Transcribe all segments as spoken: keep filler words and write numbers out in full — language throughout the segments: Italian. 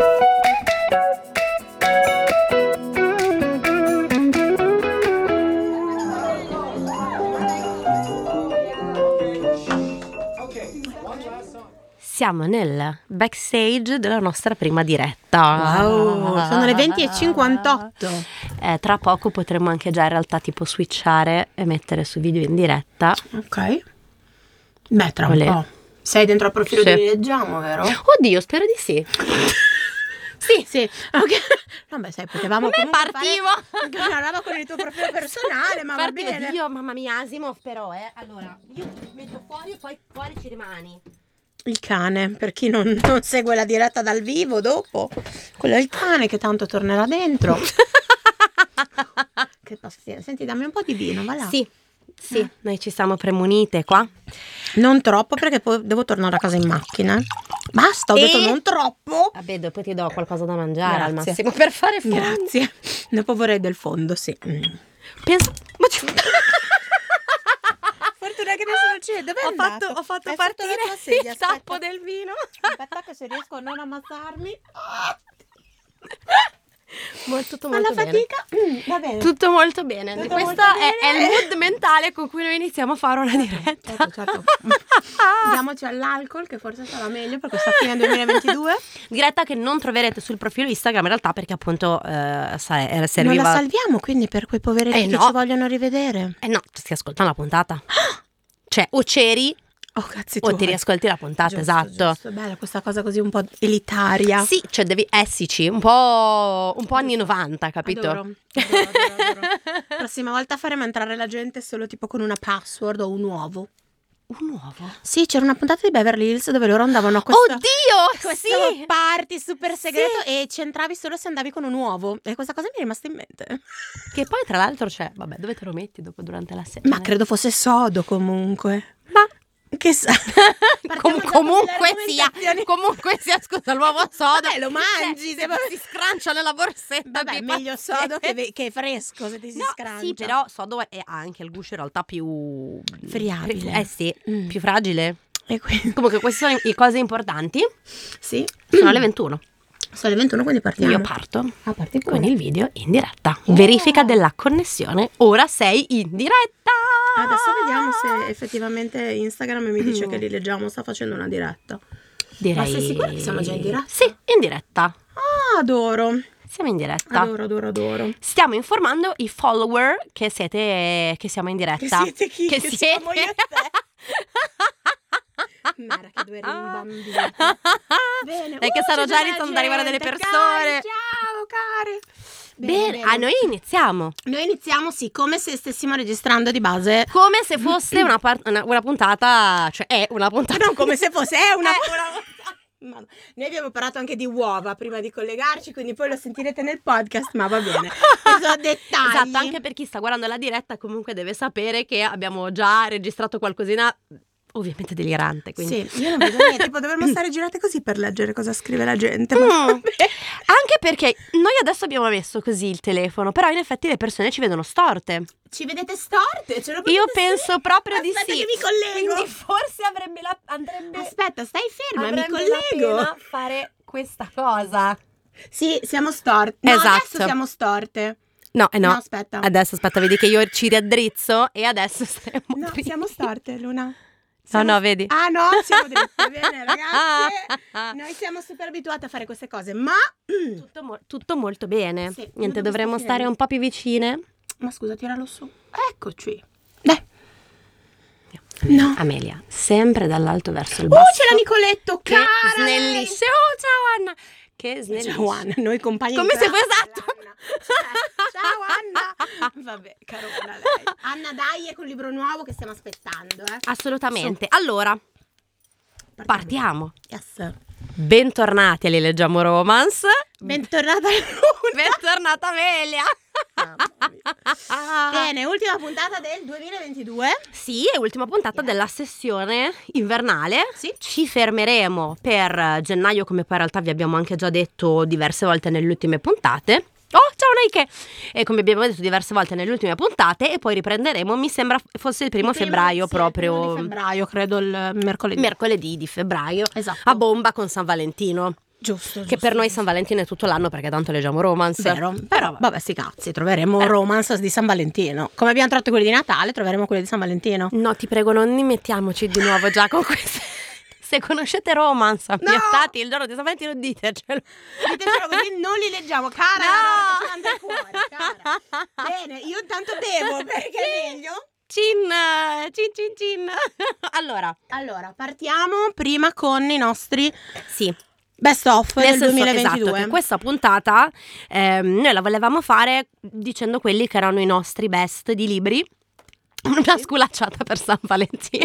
Siamo nel backstage della nostra prima diretta. Wow, sono le venti e cinquantotto. Eh, tra poco potremo anche già in realtà tipo switchare e mettere su video in diretta. Ok. Beh, tra un Olè. po'. Sei dentro al profilo Sì. di Leggiamo, vero? Oddio, spero di sì. Sì, sì. Ok. Vabbè, sai, potevamo Come comunque partivo? fare una roba con il tuo profilo personale, ma va Partivo bene. io, mamma mia, Asimov però, eh. Allora, io metto fuori e poi fuori ci rimani. Il cane, per chi non, non segue la diretta dal vivo dopo, quello è il cane che tanto tornerà dentro. Che pazienza. Senti, dammi un po' di vino, va là. Sì, sì, noi ci siamo premunite qua. Non troppo perché poi devo tornare a casa in macchina. Basta, ho E- detto non troppo. Vabbè, dopo ti do qualcosa da mangiare al Grazie. massimo per fare fondo. Grazie. Dopo vorrei del fondo, sì. Mm. Penso... Ma ci- Fortuna che nessuno c'è. Dove è Ho andato? fatto, ho fatto Hai partire la tua sedia, il tappo aspetta. del vino. Aspetta che se riesco a non ammassarmi. Mo- tutto molto Alla bene. fatica. Mm, va bene. Tutto molto bene. Tutto Questo molto è, è il bene. mood mentale con cui noi iniziamo a fare una diretta. Certo, certo. Diamoci all'alcol che forse sarà meglio per questa fine duemilaventidue. Diretta che non troverete sul profilo Instagram in realtà perché appunto eh, sa- eh, Non serviva... la salviamo quindi per quei poveretti Eh, che no. ci vogliono rivedere. Eh no, si ascolta la puntata. Cioè, o c'eri Oh, cazzi o ti riascolti la puntata, Giusto, esatto. giusto. È bella questa cosa così un po' elitaria. Sì, cioè devi essici, un po', un po' anni novanta, capito? Adoro, adoro, adoro, adoro. Prossima volta faremo entrare la gente solo tipo con una password o un uovo. Un uovo? Sì, c'era una puntata di Beverly Hills dove loro andavano a questo, Oddio, questo sì! party super segreto e ci entravi solo se andavi con un uovo. E questa cosa mi è rimasta in mente. Che poi tra l'altro c'è, vabbè, dove te lo metti dopo durante la settimana? Ma credo fosse sodo comunque. Ma Che sa. Com- Partiamo già con le comunque sia, argomentazioni. comunque sia, scusa, l'uovo sodo. Vabbè, lo mangi, Cioè, se se va- si scrancia nella borsetta. Vabbè, di meglio pazienza. sodo che, ve- che fresco se ti si No, scrancia. sì, però sodo è- ha anche il guscio in realtà più Friabile. Eh sì, Mm. più fragile. E quindi, Comunque queste sono le cose importanti. sì. Sono le ventuno. Sono le ventuno, quindi partiamo. Io parto Ah, parti pure. con il video in diretta. Verifica della connessione. Ora sei in diretta. Adesso vediamo se effettivamente Instagram mi dice che li leggiamo, sta facendo una diretta. Direi... Ma sei sicura che siamo già in diretta? Sì, in diretta. Ah, adoro. Siamo in diretta. Adoro, adoro, adoro. Stiamo informando i follower che siete che siamo in diretta. Che siete chi? Che Che siete? siamo io e te. Mera che due rimbambiti. Bene. È che uh, stanno c'è già della iniziando ad arrivare delle gente, persone. Cari, ciao, care. Bene, a noi iniziamo. Noi iniziamo, sì, come se stessimo registrando di base. Come se fosse una, par- una, una puntata, cioè è una puntata. Non come se fosse è una... È una- Ma- Noi abbiamo parlato anche di uova prima di collegarci, quindi poi lo sentirete nel podcast, ma va bene. Sono dettagli. Esatto, anche per chi sta guardando la diretta comunque deve sapere che abbiamo già registrato qualcosina ovviamente delirante, quindi. Sì, io non vedo niente, tipo dovremmo stare girate così per leggere cosa scrive la gente. Ma Mm. vabbè. Anche perché noi adesso abbiamo messo così il telefono, però in effetti le persone ci vedono storte. Ci vedete storte? Ce lo Io potete penso proprio di Aspetta sì. che mi collego. Quindi forse avrebbe la andrebbe Aspetta, stai ferma, mi avrebbe la collego. pena fare questa cosa. Sì, siamo storte. No, Esatto. adesso siamo storte. No, eh no. No, aspetta. Adesso aspetta, vedi che io ci riaddrizzo e adesso saremo No, dritti. siamo storte, Luna. No, Siamo- no, vedi. Ah no, siamo dritte. Bene, ragazze. Noi siamo super abituate a fare queste cose, ma... Tutto, mo- tutto molto bene. Sì, io Niente, dove dovremmo sto stare finendo? un po' più vicine. Ma scusa, tiralo su. Eccoci. Dai. No. Amelia, sempre dall'alto verso il Oh, basso. c'è la Nicoletto, Che cara. snellisce. Oh, ciao Anna. Che snellisce. Ciao Anna, noi compagni Come di se classe, fosse esatto. Anna. Cioè, ciao Anna. Vabbè, carona lei. Anna, dai, è col libro nuovo che stiamo aspettando, eh. Assolutamente. Allora, partiamo. Yes. Bentornati alle Leggiamo Romance. Bentornata Luna. Bentornata Amelia. Bene, ultima puntata del duemilaventidue. Sì, è ultima puntata della sessione invernale. Sì. Ci fermeremo per gennaio, come poi in realtà vi abbiamo anche già detto diverse volte nelle ultime puntate. Oh, ciao Neike! E come abbiamo detto diverse volte nelle ultime puntate, e poi riprenderemo, mi sembra fosse il primo, Il primo- febbraio sì, il proprio. primo di febbraio, credo il mercoledì. Mercoledì di febbraio. Esatto. A bomba con San Valentino. Giusto, Che giusto, per noi giusto. San Valentino è tutto l'anno perché tanto leggiamo romance. Vero, però vabbè, sti cazzi, troveremo romance di San Valentino. Come abbiamo tratto quelli di Natale, troveremo quelli di San Valentino. No, ti prego, non mettiamoci di nuovo già con queste. Se conoscete romance ambientati il giorno di San Valentino, ditecelo. Ditecelo così non li leggiamo. Cara, No! no! Che ce andai fuori, cara. Bene, io intanto bevo perché è meglio. Cin, cin, cin, cin. Allora, Allora, partiamo prima con i nostri sì. best of Nel del senso, duemilaventidue. esatto, che questa puntata ehm, noi la volevamo fare dicendo quelli che erano i nostri best di libri. Una sculacciata per San Valentino.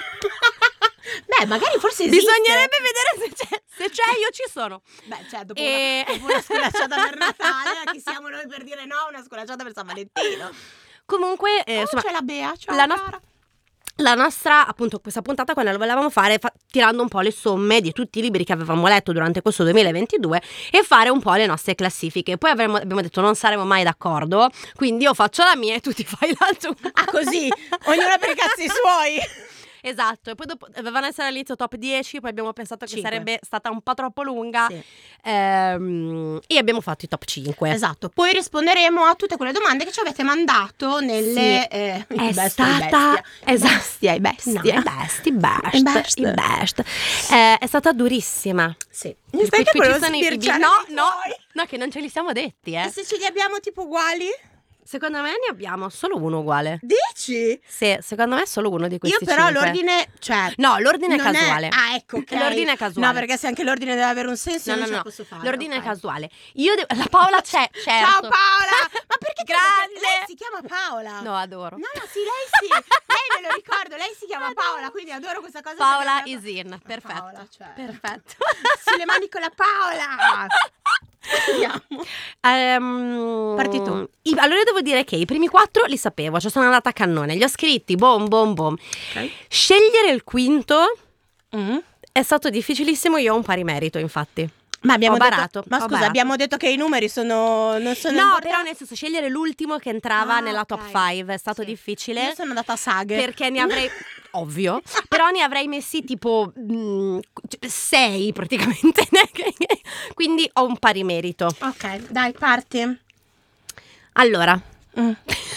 Beh, magari forse esiste. Bisognerebbe vedere se c'è. Se c'è, io ci sono. Beh, cioè, dopo, E- una, dopo una sculacciata per Natale, chi siamo noi per dire no, una sculacciata per San Valentino? Comunque, eh, Oh, insomma, c'è la Bea, ciao la no- cara. la nostra, appunto, questa puntata quando la volevamo fare fa- tirando un po' le somme di tutti i libri che avevamo letto durante questo duemilaventidue e fare un po' le nostre classifiche. Poi avremmo, abbiamo detto non saremo mai d'accordo, quindi io faccio la mia e tu ti fai la tua. Ah, così? Ognuno per i cazzi suoi. Esatto, e poi dopo dovevano essere all'inizio top dieci, poi abbiamo pensato che Cinque. sarebbe stata un po' troppo lunga Sì. ehm, e abbiamo fatto i top cinque. Esatto, poi risponderemo a tutte quelle domande che ci avete mandato nelle Sì. eh, È i bestia, stata i bestia. esatto. Bestia, i bestia. No, i best, i best, I best. i best. Eh, è stata durissima. Sì. Qui- Stai che qui ci volevo sono i- i- sbirciare no, i no, tuoi. no, che non ce li siamo detti, E eh. se ce li abbiamo tipo uguali? Secondo me ne abbiamo solo uno uguale. Dici? Sì, secondo me è solo uno di Io questi però cinque. l'ordine, cioè No, l'ordine è non casuale. Ah, ecco, ok. L'ordine è casuale. No, perché se anche l'ordine deve avere un senso, No, io no, non ce no, la posso fare. l'ordine ok. è casuale. Io devo... La Paola c'è, certo. Ciao Paola! Ma perché credo Grande! che lei si chiama Paola? No, adoro. No, no, sì, lei sì. Lei me lo ricordo, lei si chiama Paola, quindi adoro questa cosa. Paola perché- is in, perfetto. Paola, cioè. Perfetto. Sulle mani con la Paola. Andiamo. Ehm, Parti tu. i- allora devo dire che i primi quattro li sapevo, cioè sono andata a cannone, li ho scritti, bom bom bom. Ok. Scegliere il quinto Mm. è stato difficilissimo, io ho un pari merito infatti. Ma abbiamo Ho detto, barato, ma ho scusa, barato. abbiamo detto che i numeri sono non sono No, importanti? però nel senso scegliere l'ultimo che entrava Ah, nella ok. top cinque è stato Sì. difficile. Io sono andata a saghe. Perché ne avrei, ovvio, però ne avrei messi tipo mh, sei praticamente. Quindi ho un pari merito. Ok, dai, parti. Allora, Mm.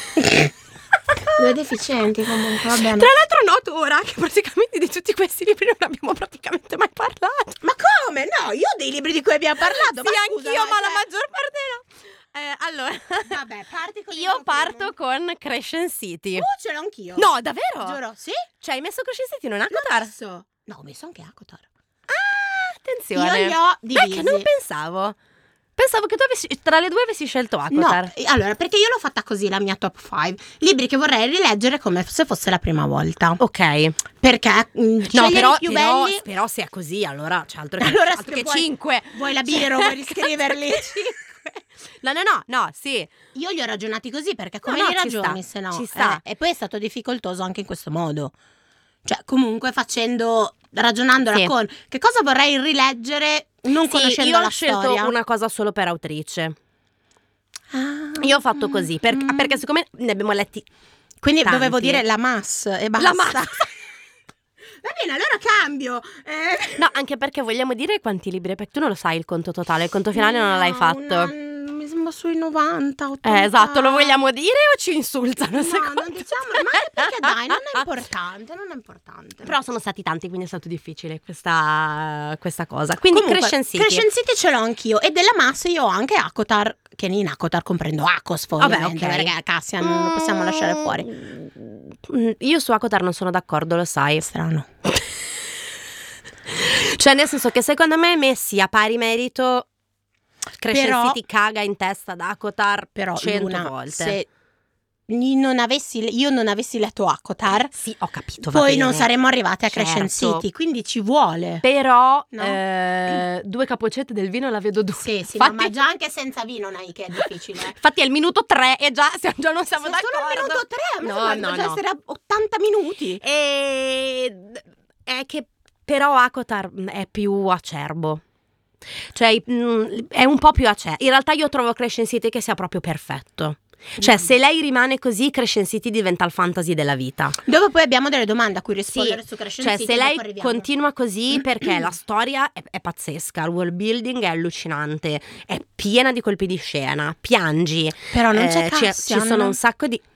Due deficienti comunque, va bene. tra l'altro noto ora che praticamente di tutti questi libri non abbiamo praticamente mai parlato. Ma come? No, io ho dei libri di cui abbiamo parlato. Sì, ma scusa, anch'io, no, ma la cioè- maggior parte no. Eh, allora, Vabbè, parti con il io tuo parto primo. con Crescent City. Oh, ce l'ho anch'io. No, davvero? Giuro, sì? Cioè, hai messo Crescent City in un L'ho Acotar? messo. No, ho messo anche Acotar. Attenzione. Io li ho Beh, che divisi. non pensavo. Pensavo che tu avessi, tra le due avessi sceglto No, Acotar. allora, perché io l'ho fatta così, la mia top cinque. Libri che vorrei rileggere come se fosse la prima volta. Ok. Perché mm, No, scegliere però, i più però, belli. però se è così, allora c'è altro che, Allora, altro se che vuoi- cinque. Vuoi la birra, vuoi riscriverli? No, no, no, no, sì. Io li ho ragionati così perché come No, no, li ci ragioni sta, se no? ci sta. Eh, e poi è stato difficoltoso anche in questo modo. Cioè, comunque facendo, ragionandola Sì. con che cosa vorrei rileggere non Sì, conoscendo io ho la scelto storia. una cosa solo per autrice. Ah. Io ho fatto così, per- Mm. perché siccome ne abbiamo letti Quindi tanti. dovevo dire la mass e basta. La massa. Va bene, allora cambio. Eh. No, anche perché vogliamo dire quanti libri, perché tu non lo sai il conto totale, il conto finale non l'hai No, fatto. una- mi sembra sui novanta, ottanta. Eh, esatto, lo vogliamo dire o ci insultano? No, secondo non te? diciamo, ma anche perché dai, non è importante, non è importante. Però sono stati tanti, quindi è stato difficile questa, questa cosa. Quindi Comunque, Crescent City. Crescent City ce l'ho anch'io. E della Mass io ho anche Acotar, che in Acotar comprendo Acosfo, Vabbè, ovviamente, ok. perché Cassian non lo possiamo lasciare fuori. Mm, Io su Acotar non sono d'accordo, lo sai. Strano. Cioè, nel senso che secondo me messi a pari merito, Crescent Però- City caga in testa ad Acotar Però cento Luna, volte. se io non avessi, io non avessi letto Acotar, Sì, ho capito, va poi bene. non saremmo arrivati a Crescent Certo. City, quindi ci vuole. Però No? eh, due capocette del vino la vedo dura. Sì, sì, infatti, no, ma già anche senza vino non è che è difficile. infatti è il minuto tre e già, già non siamo Se d'accordo. solo il minuto tre, a me No, sembra no, che già no. essere a ottanta minuti. E è che però Acotar mm, è più acerbo. Cioè mm, è un po' più acerbo. In realtà io trovo Crescent City che sia proprio perfetto. Cioè, se lei rimane così, Crescent City diventa il fantasy della vita. Dove poi abbiamo delle domande a cui rispondere Sì, su Crescent cioè City. se lei dopo arriviamo. continua così, perché la storia è, è pazzesca, il world building è allucinante, è piena di colpi di scena, piangi. Però non c'è eh, ci- Cassian. Ci sono un sacco di...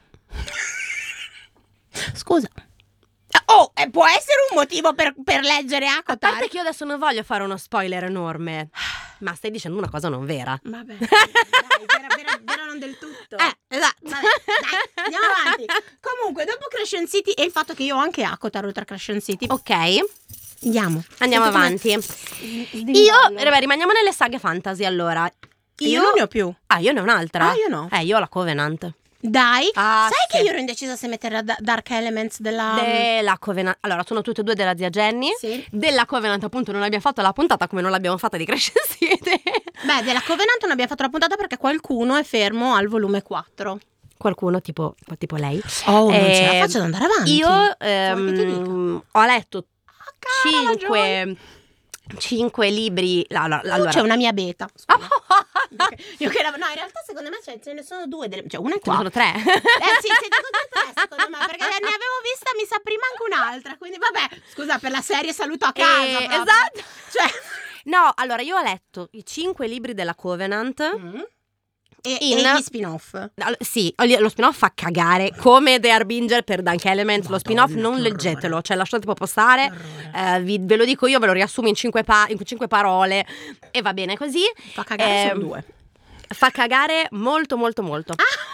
Scusa. Oh, e può essere un motivo per, per leggere A Akotar? parte che io adesso non voglio fare uno spoiler enorme, ma stai dicendo una cosa non vera. Vabbè, dai, vera, vera, vera non del tutto. Eh, esatto. Vabbè, dai, andiamo avanti. Comunque, dopo Crescent City e il fatto che io ho anche Akotar oltre a Crescent City. Ok, Andiamo. andiamo Senti come- avanti. Sdingollo. Io, vabbè, rimaniamo nelle saghe fantasy allora. Io Io, non ne ho più. Ah, io ne ho un'altra. Ah, io no. Eh, io ho la Covenant. Dai, Ah, sai sì. che io ero indecisa se mettere da- Dark Elements della... Della Covenant. Allora, sono tutte e due della zia Jenny. Sì. Della Covenant, appunto, non abbiamo fatto la puntata come non l'abbiamo fatta di Crescent City. Beh, della Covenant non abbiamo fatto la puntata perché qualcuno è fermo al volume quattro. Qualcuno, tipo, tipo lei. Oh, non ce Eh, la faccio ad andare avanti. Io Vuoi che ti dica? ehm, ho letto Ah, cara, ragione. cinque, cinque libri. Allora, Tu allora c'è una mia beta. Scusa. Io che la- no, in realtà secondo me ce, ce ne sono due, delle- cioè una è ce ne qua. sono tre. Eh sì, siete tutte e tre secondo me, perché ne avevo vista mi sa prima anche un'altra, quindi vabbè, scusa per la serie saluto a casa. Eh, proprio. esatto. Cioè, No, allora io ho letto i cinque libri della Covenant. mm. e, In- e gli spin-off. All- Sì, lo spin-off fa cagare come The Harbinger per Dark Element. Lo Madonna, spin-off non che leggetelo, orrore. cioè lasciate proprio stare. Eh, vi- ve lo dico io, ve lo riassumo in cinque, pa- in cinque parole e va bene così. Fa cagare Ehm, solo due. Fa cagare molto molto molto.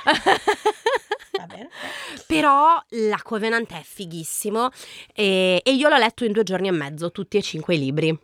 Va bene. Però la Covenant è fighissimo e, e io l'ho letto in due giorni e mezzo, tutti e cinque i libri.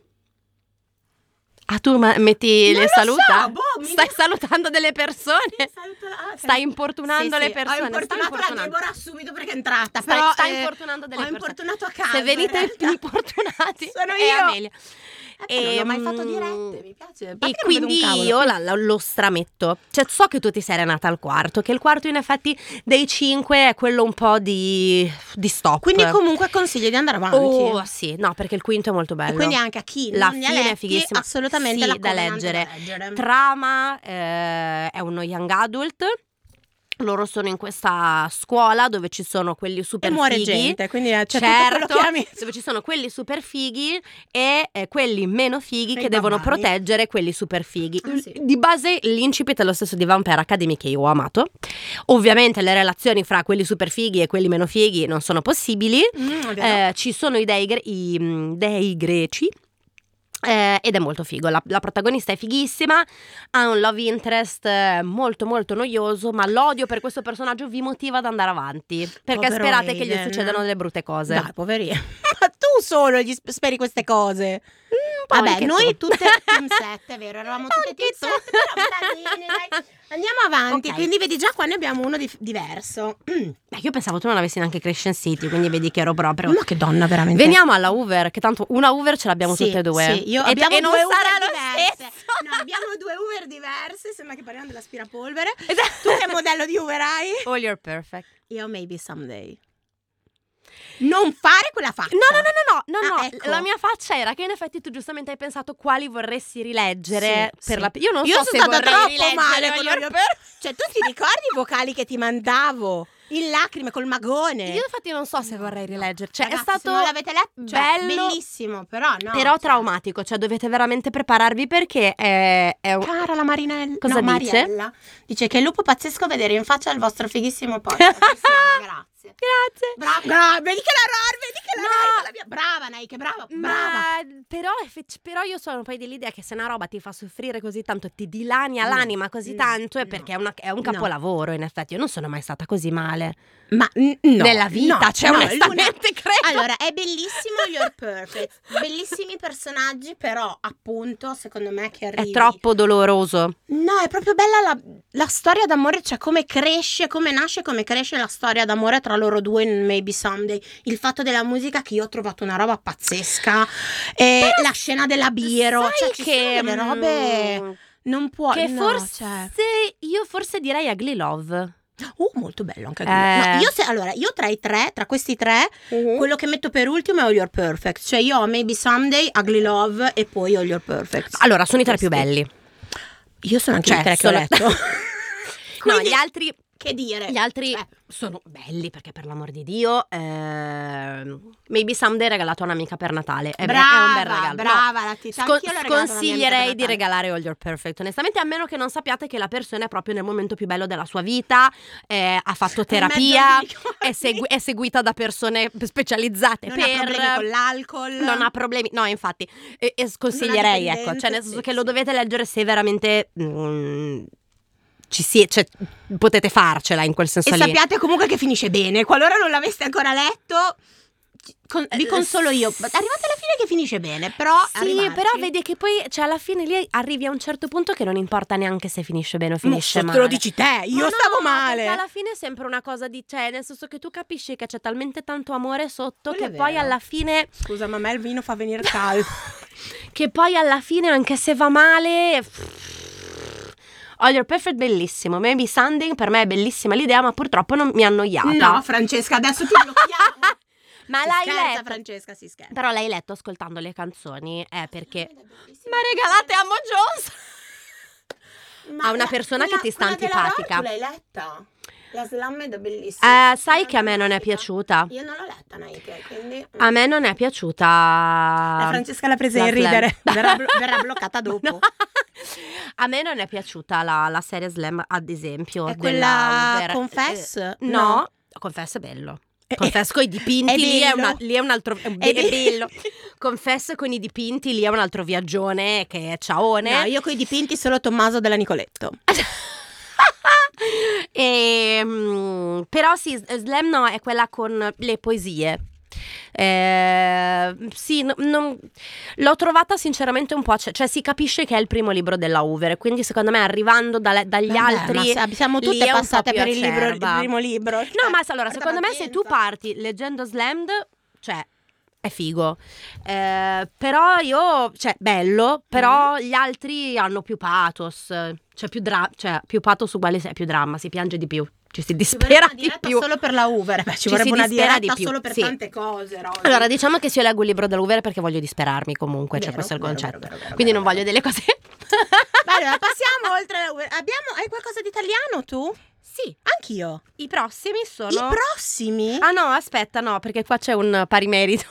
Ah, tu ma- metti Non le lo saluta? so, boh, mi- Stai salutando delle persone? Saluto la- ah, Stai importunando Sì, le sì, persone. Ho stai importunato la importunando. Deborah subito perché è entrata. Stai, però, stai eh, importunando delle ho persone. importunato a caso. Se venite in realtà. importunati Sono è io. Amelia. Eh, non ho mai fatto Ehm, dirette, mi piace. A E parte che non vedo un quindi cavolo. io la- la- lo strametto. Cioè, so che tu ti sei renata al quarto, che il quarto in effetti dei cinque è quello un po' di, di stop. Quindi comunque consiglio di andare avanti. Oh, sì, no, perché il quinto è molto bello. E quindi anche a chi La non li ha fine è letti, fighissima. assolutamente Sì, la da Covenant leggere. da leggere. Trama eh, è uno young adult. Loro sono in questa scuola dove ci sono quelli super E muore fighi. gente, quindi c'è tutto Certo, quello che ami. dove ci sono quelli super fighi e eh, quelli meno fighi E che i devono barbari. proteggere quelli super fighi. Ah, sì. Di base l'incipit è lo stesso di Vampire Academy che io ho amato. Ovviamente le relazioni fra quelli super fighi e quelli meno fighi non sono possibili. Mm, è vero. Eh, ci sono i dei, gre- i, mm, dei greci. Eh, ed è molto figo, la, la protagonista è fighissima, ha un love interest eh, molto molto noioso, ma l'odio per questo personaggio vi motiva ad andare avanti, perché Povero sperate che gli Aiden. succedano delle brutte cose. Dai, poverina. Ma tu solo gli sp- speri queste cose. po' Vabbè, anche noi tu. tutte team sette, è vero? Eravamo tutte Anche team tu. sette, però va bene, dai. Andiamo avanti, Ok. quindi vedi già qua ne abbiamo uno di- diverso. Beh, io pensavo tu non avessi neanche Crescent City, quindi vedi che ero proprio... Ma che donna veramente. Veniamo alla Hoover, che tanto una Hoover ce l'abbiamo Sì, tutte e due. sì, io e, abbiamo e non due sarà Uber lo diverse. stesso. No, abbiamo due Uber diverse, sembra che parliamo dell'aspirapolvere. Esatto. Tu che modello di Uber hai? Oh, you're perfect. Io maybe someday. Non fare quella faccia. No, no, no, no, no, Ah, no. ecco. La mia faccia era che in effetti tu giustamente hai pensato quali vorresti rileggere Sì, per sì. la... Io non Io so sono se stata vorrei troppo rileggere male All con Your Your Perfect. Cioè, tu ti ricordi i vocali che ti mandavo? In lacrime col magone. Io infatti non so se vorrei rileggere. Cioè, Ragazzi, è stato se non l'avete letto, cioè, bello, bellissimo, però no. però cioè. traumatico. Cioè, dovete veramente prepararvi perché è, è un... Cara la Marinella. Cosa no, dice? Mariella. Dice che è lupo pazzesco vedere in faccia il vostro fighissimo podcast. Ci siamo, grazie. Grazie. Brava, brava, vedi che l'errore, vedi che No. l'errore con la mia... Brava, Nike, brava, brava. Ma però, effe- però io sono poi dell'idea che se una roba ti fa soffrire così tanto, ti dilania l'anima così no, tanto, è no, perché è, una- è un no. capolavoro, in effetti. Io non sono mai stata così male. Ma n- no, Nella vita, no, cioè, no, onestamente, Luna- credo. Allora, è bellissimo You're Perfect. Bellissimi personaggi, però appunto, secondo me che arrivi... È troppo doloroso. No, è proprio bella la, la storia d'amore, cioè come cresce, come nasce, come cresce la storia d'amore tra loro due in Maybe Someday. Il fatto della musica che io ho trovato una roba pazzesca. E Però la scena della Biro, sai cioè ci che, sono delle robe... mm, Non può... Che no, forse cioè. io forse direi Ugly Love. Uh, molto bello anche Eh. no, io se, allora, io tra i tre, tra questi tre, quello che metto per ultimo è All Your Perfect. Cioè io ho Maybe Someday, Ugly Love e poi All Your Perfect. Allora, sono i tre più Questi. belli. Io sono anche Cioè, i tre che ho sono- letto. No, Quindi- gli altri che dire. Gli altri Cioè, sono belli perché per l'amor di Dio, eh, Maybe Someday regalato a un'amica per Natale. È, brava, è un bel regalo. brava No, la tita. scon- Anch'io l'ho regalato a una mia amica per sconsiglierei di Natale. regalare All You're Perfect, onestamente, a meno che non sappiate che la persona è proprio nel momento più bello della sua vita, eh, ha fatto terapia, mezzo di è, segu- è seguita da persone specializzate non per... ha problemi con l'alcol. Non ha problemi, no, infatti, e, e sconsiglierei, Non ha ecco, cioè nel dipendenze, senso sì, che lo sì. dovete leggere se veramente mm, ci si, cioè, potete farcela in quel senso E lì. sappiate comunque che finisce bene. Qualora non l'aveste ancora letto, con- vi Eh, consolo io. s- Arrivate alla fine che finisce bene, però Sì, arrivarci. però vedi che poi, cioè, alla fine lì arrivi a un certo punto che non importa neanche se finisce bene o Ma finisce se male. te lo dici te, io Ma stavo no, male. perché alla fine è sempre una cosa di, cioè, nel senso che tu capisci che c'è talmente tanto amore sotto Quello che è poi vero. alla fine Scusa, ma a me il vino fa venire caldo. che poi alla fine anche se va male. All You're Perfect bellissimo, Maybe Someday per me è bellissima l'idea, ma purtroppo non mi ha annoiata. No, Francesca, adesso ti blocchiamo. Ma Si l'hai scherza, letto? Francesca, si scherza. Però l'hai letto ascoltando le canzoni, è perché Ma ma regalate a Mo Jones. A una la- persona che quella- ti sta quella della antipatica. Roy, tu l'hai letta? La Slammed è bellissima. Eh, sai che a me non è piaciuta. Io non l'ho letta, Nike, quindi... A me non è piaciuta. La Francesca l'ha presa la in ridere. Slam. Verrà, blo- verrà bloccata dopo. No. A me non è piaciuta la, la serie Slam, ad esempio. È della quella Hoover. Confess? Eh, No. no, Confess è bello. Eh, Confess con i dipinti, è lì, è bello. una- lì è un altro. È, È è bello. Confess con i dipinti, lì è un altro viaggione che è ciaone. No, io con i dipinti solo Tommaso della Nicoletto. E, mm, però sì, Slam no, è quella con le poesie. Eh, sì, no- non- l'ho trovata sinceramente un po', cioè, cioè si capisce che è il primo libro della Hoover, quindi secondo me arrivando dalle- dagli Vabbè, altri ma sa- siamo lì tutte è un po' passate più per il, libro, il acerba. primo libro. No, cioè, ma allora, porta secondo me se tu pazienza. parti leggendo Slammed, cioè è figo. Eh, però io, cioè, bello, però Mm-hmm. gli altri hanno più pathos, cioè più dra- cioè più pathos uguale se è più dramma, si piange di più, ci si Ci dispera vorrebbe una di diretta più. solo per la Hoover. Beh, ci, Ci vorrebbe si una dispera diretta di più, solo per sì. tante cose, Rosy. Allora, diciamo che se io leggo il libro dell'Hoover perché voglio disperarmi comunque, cioè Vero, questo è il vero, concetto. vero, vero, vero, Quindi vero, non voglio delle cose. Allora, passiamo oltre la Hoover. Abbiamo, hai qualcosa di italiano tu? Sì, Anch'io. i prossimi sono. I prossimi? Ah no, aspetta, no, perché qua c'è un pari merito.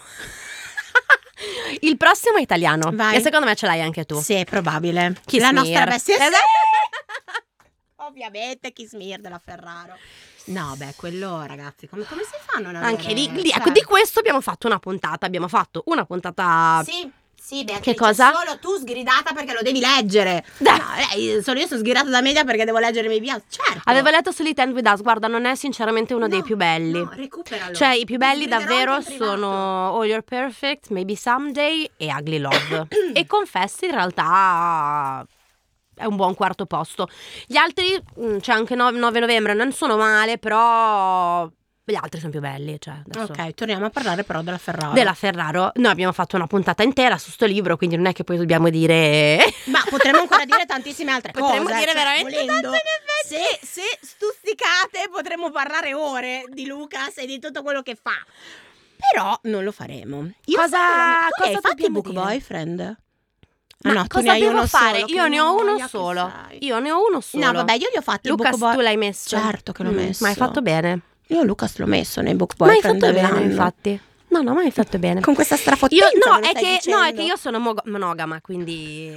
Il prossimo è italiano. Vai. E secondo me ce l'hai anche tu. Sì, è probabile. Kiss la Me nostra Here. bestia. Esatto. Ovviamente Kiss Me Here della Ferraro. No, beh, quello, ragazzi, come, come si fanno a non Anche avere- lì, lì- cioè- ecco, di questo abbiamo fatto una puntata. Abbiamo fatto una puntata. Sì, sì, Beatrice, Che cosa? solo tu sgridata perché lo devi leggere. Da- No, lei, solo io sono sgridata da media perché devo leggere i miei piazzi. Certo. Avevo letto solo It End With Us. Guarda, non è sinceramente uno No, dei più belli. No, recuperalo. Cioè, i più belli Sgriderò davvero anche in privato. sono All You're Perfect, Maybe Someday e Ugly Love. E Confess in realtà è un buon quarto posto. Gli altri, mh, c'è anche nove novembre, non sono male, però gli altri sono più belli. Cioè, adesso. Ok, torniamo a parlare però della Ferraro. Della Ferraro, noi abbiamo fatto una puntata intera su sto libro, quindi non è che poi dobbiamo dire. Ma potremmo ancora dire tantissime altre Potremmo cose. dire cioè, veramente volendo. tante, in effetti. Se, se stuzzicate potremmo parlare ore di Lucas e di tutto quello che fa. Però non lo faremo. Io Cosa- sai che la mia- tu cosa hai fatto i dobbiamo book dire? boyfriend? Ma Ah, no, tu cosa ne hai devo uno fare? solo, Io che ne ho uno noia che solo. sei. Io ne ho uno solo. No, vabbè, io li ho fatti i Lucas, book boy. tu l'hai messo? Certo che l'ho Mm, messo. Ma hai fatto bene. Io Lucas l'ho messo nei book Ma hai boyfriend fatto bene, dell'anno. infatti. No, no, ma hai fatto bene. Con questa Io, strafottenza no, me lo è stai che, dicendo? no, è che io sono mogo- monogama, quindi.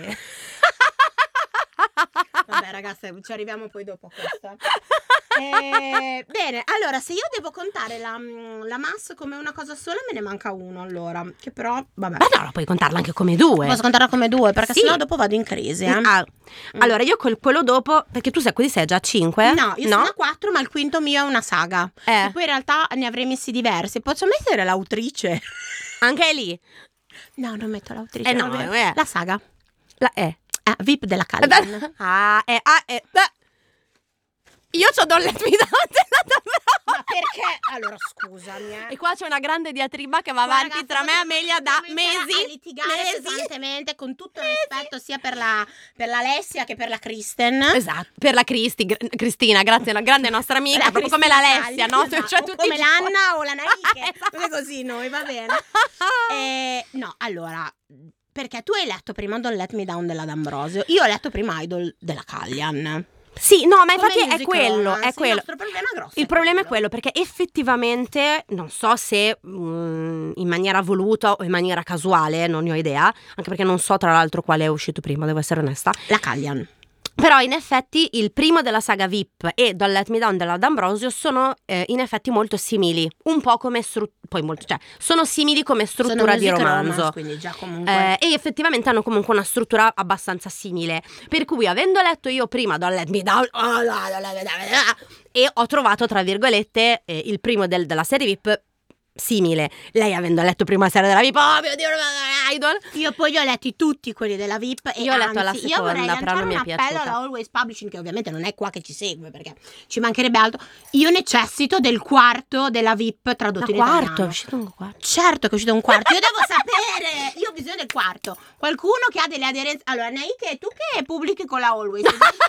Vabbè, ragazze, ci arriviamo poi dopo a questa. Eh, bene, allora, se io devo contare la, la mass come una cosa sola, me ne manca uno, allora. Che però, vabbè. Ma no, puoi contarla anche come due. Posso contarla come due, perché Sì. sennò dopo vado in crisi, eh. Ah, allora, io quel- quello dopo, perché tu sai, quelli sei già a cinque? No, io sono a quattro, ma il quinto mio è una saga. Eh. E poi in realtà ne avrei messi diversi. Posso mettere l'autrice? Anche lì. No, non metto l'autrice. Eh no, va bene. eh. La saga. La E. Ah, V I P della Callan. Ah, eh, ah, eh. beh. Io c'ho Don't Let Me Down della Tamara. Ma perché? Allora, scusami, eh. E qua c'è una grande diatriba che va Qua, avanti ragazzi, tra me e Amelia da potremmo iniziare mesi. a litigare mesi. pesantemente, con tutto il rispetto sia per la, per la Alessia che per la Kristen. Esatto, per la Cristi, Gr- Cristina, grazie, una grande nostra amica, La proprio come Cristina l'Alessia, Cagli, no? esatto. Cioè, O tutti come i- l'Anna o la Nike. Esatto. Come così noi, va bene. Eh, no, allora, perché tu hai letto prima Don't Let Me Down della D'Ambrosio, io ho letto prima Idol della Callian. Sì, no, ma Come infatti è music quello, romance, è quello. Il nostro problema grosso Il problema è quello, perché effettivamente non so se mm, in maniera voluta o in maniera casuale, non ne ho idea, anche perché non so tra l'altro quale è uscito prima, devo essere onesta. La Callian. Però in effetti il primo della saga V I P e Don't Let Me Down della D'Ambrosio sono eh, in effetti molto simili, un po' come struttura, poi molto, cioè sono simili come struttura Sono di music romanzo. romance, quindi già comunque. Eh, e effettivamente hanno comunque una struttura abbastanza simile. Per cui, avendo letto io prima Don't Let Me Down e ho trovato, tra virgolette, eh, il primo del- della serie V I P simile. Lei, avendo letto prima la serie della V I P, oh mio Dio, Idol. Io poi li ho letti tutti quelli della V I P. E Io ho letto anzi, la io vorrei seconda, però lanciare non mi è un appello piaciuta. alla Always Publishing, che ovviamente non è qua che ci segue, perché ci mancherebbe altro. Io necessito del quarto della V I P tradotto Da in quarto, è italiano. uscito un quarto. Certo che è uscito un quarto, io devo sapere, io ho bisogno del quarto. Qualcuno che ha delle aderenze. Allora, Naike, tu che pubblichi con la Always,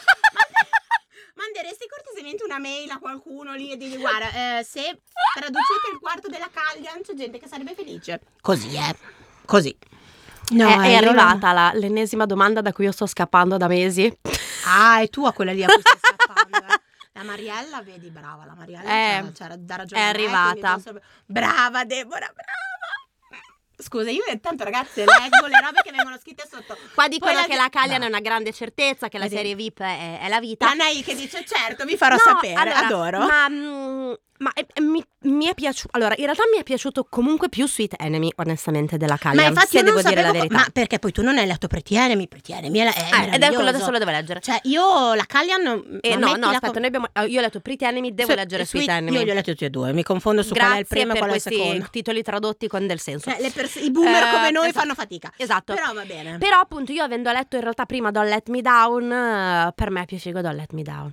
manderesti cortesemente una mail a qualcuno lì e digli: guarda, eh, se traducete il quarto della Callian c'è gente che sarebbe felice. Così, eh, così. No, è, è eh, arrivata la- l'ennesima domanda da cui io sto scappando da mesi. Ah, è tua quella lì a cui stai scappando, eh. La Mariella, vedi, brava, la Mariella Eh, c'era, c'era da ragione è a me, quindi arrivata. posso- Brava Deborah, brava. Scusa, io tanto ragazze leggo le robe che vengono scritte sotto. Qua dicono Poi la che ge- la Callian no. è una grande certezza, che la Vedi? serie V I P è, è la vita. La Nai che dice: certo, vi farò No, sapere, allora, adoro. Ma, mm, ma eh, mi, mi è piaciuto. Allora, in realtà mi è piaciuto comunque più Sweet Enemy, onestamente, della Callian. Ma infatti se io non devo dire la sapevo co- verità. ma perché poi tu non hai letto Pretty Enemy, Pretty Enemy è, la- è Eh, ed è quello meraviglioso. adesso lo devo leggere. Cioè io la Callian Eh, ma no, no, mettila aspetta, com- noi abbiamo, eh, io ho letto Pretty Enemy, devo Su- leggere Sweet, Sweet- Enemy. Io li ho letti tutti e due, mi confondo su Grazie qual è il primo e per qual è il questi secondo. titoli tradotti con del senso. Cioè, le pers- i boomer Eh, come noi esatto. fanno fatica. Esatto. Però va bene. Però appunto io avendo letto in realtà prima Don't Let Me Down, eh, per me è più figo Don't Let Me Down.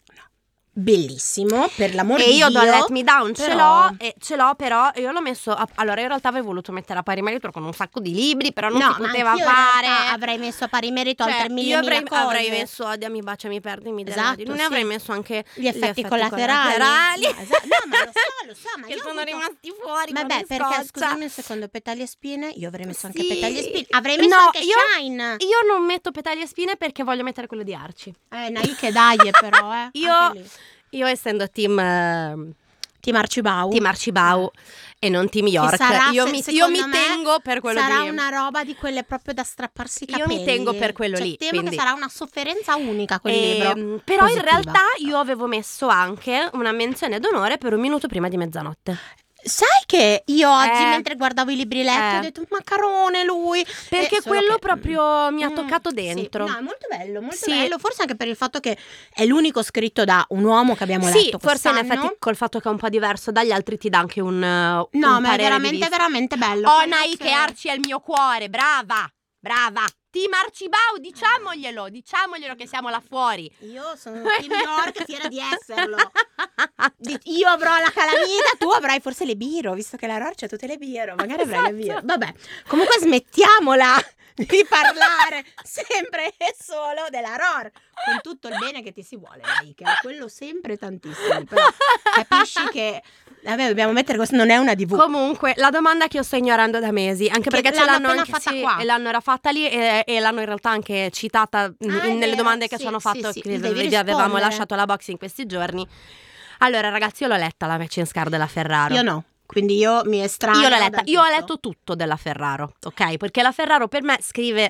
Bellissimo, per l'amore E di io Dio. Don't Let Me Down ce però- l'ho, e ce l'ho però io l'ho messo a- allora in realtà avevo voluto mettere a pari merito con un sacco di libri, però non no, si ma poteva anch'io in fare. realtà avrei messo a pari merito Cioè, altre mille io avrei, mille cose. avrei messo Odiami, baciami, perdimi della Esatto, di- non ne sì. avrei messo anche gli effetti, collaterali. No, esatto. No, ma lo so, lo so, ma che io ho sono avuto- rimasti fuori. Vabbè, con le perché scoccia. scusami un secondo, petali e spine, io avrei messo anche Sì. petali e spine. Avrei messo No, anche io- Shine. Io non metto petali e spine perché voglio mettere quello di Archie. Eh, Naike dai però, eh. Io, anche lì. io essendo team eh, Team Arcibau. Team Arcibau e non Team York, Che sarà, io se- mi, io secondo mi me, tengo per quello sarà di una roba di quelle proprio da strapparsi i Io mi capelli. tengo per quello Cioè, lì, temo quindi- che sarà una sofferenza unica quel Ehm, libro. però Positiva. in realtà io avevo messo anche una menzione d'onore per Un minuto prima di mezzanotte. Sai che io oggi, Eh. mentre guardavo i libri letti, Eh. ho detto macarone lui. Perché Eh, solo quello che- proprio mi ha Mm, toccato sì. dentro. No, è molto bello, molto Sì. bello. Forse anche per il fatto che è l'unico scritto da un uomo che abbiamo Sì, letto forse in quest'anno. effetti col fatto che è un po' diverso dagli altri ti dà anche un, No, un ma è parere di veramente, vista. veramente bello. Oh, Quello Nai, che Archie è il mio cuore, brava, brava. Team Arcibau, diciamoglielo, diciamoglielo che siamo là fuori. Io sono Team York, fiera di esserlo. Di- Io avrò la calamita, tu avrai forse le biro, visto che la Ror c'ha tutte le biro, magari avrai le biro. Vabbè, comunque smettiamola di parlare sempre e solo della Ror, con tutto il bene che ti si vuole, Naike, quello sempre tantissimo, però capisci che vabbè, dobbiamo mettere questo, non è una D V. Comunque, la domanda che io sto ignorando da mesi, anche Che perché ce l'hanno l'hanno appena anche fatta sì, qua. e l'hanno era fatta lì e, e l'hanno in realtà anche citata in- Ah, è nelle vero, domande che sì, ci hanno sì, fatto, sì, che devi vi avevamo rispondere. lasciato la box in questi giorni. Allora, ragazzi, io l'ho letta la Matching Scar della Ferraro. Io no, quindi io mi estraneo. Io l'ho letta, dal io ho tutto. letto tutto della Ferraro, ok? Perché la Ferraro per me scrive,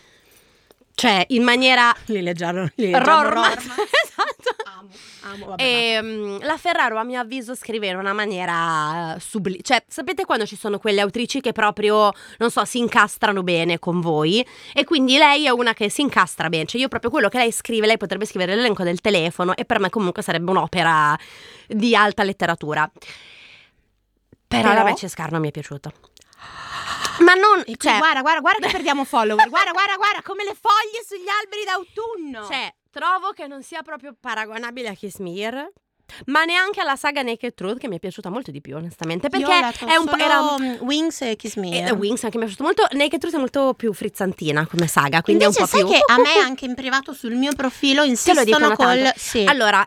cioè, in maniera Li leggiamo, li leggiamo Rorma. Rorma. Esatto. Amo, amo, vabbè, E mm, la Ferraro a mio avviso scrive in una maniera sublime. Cioè, sapete quando ci sono quelle autrici che proprio, non so, si incastrano bene con voi? E quindi lei è una che si incastra bene. Cioè io proprio quello che lei scrive, lei potrebbe scrivere l'elenco del telefono e per me comunque sarebbe un'opera di alta letteratura. Però, Però? la Matching Scar non mi è piaciuta. Ma non, E qui, cioè, guarda, guarda, guarda che perdiamo follower. Guarda, guarda, guarda come le foglie sugli alberi d'autunno. cioè, trovo che non sia proprio paragonabile a Kiss Me Here, ma neanche alla saga Naked Truth, che mi è piaciuta molto di più, onestamente, perché Io ho letto è un po' solo, era mm, Wings e Kiss Me. e Here. Wings anche mi è piaciuto molto. Naked Truth è molto più frizzantina come saga, quindi Invece è un po' sai più che a me anche in privato sul mio profilo Ce lo insistono dicono col tanto. sì. Allora,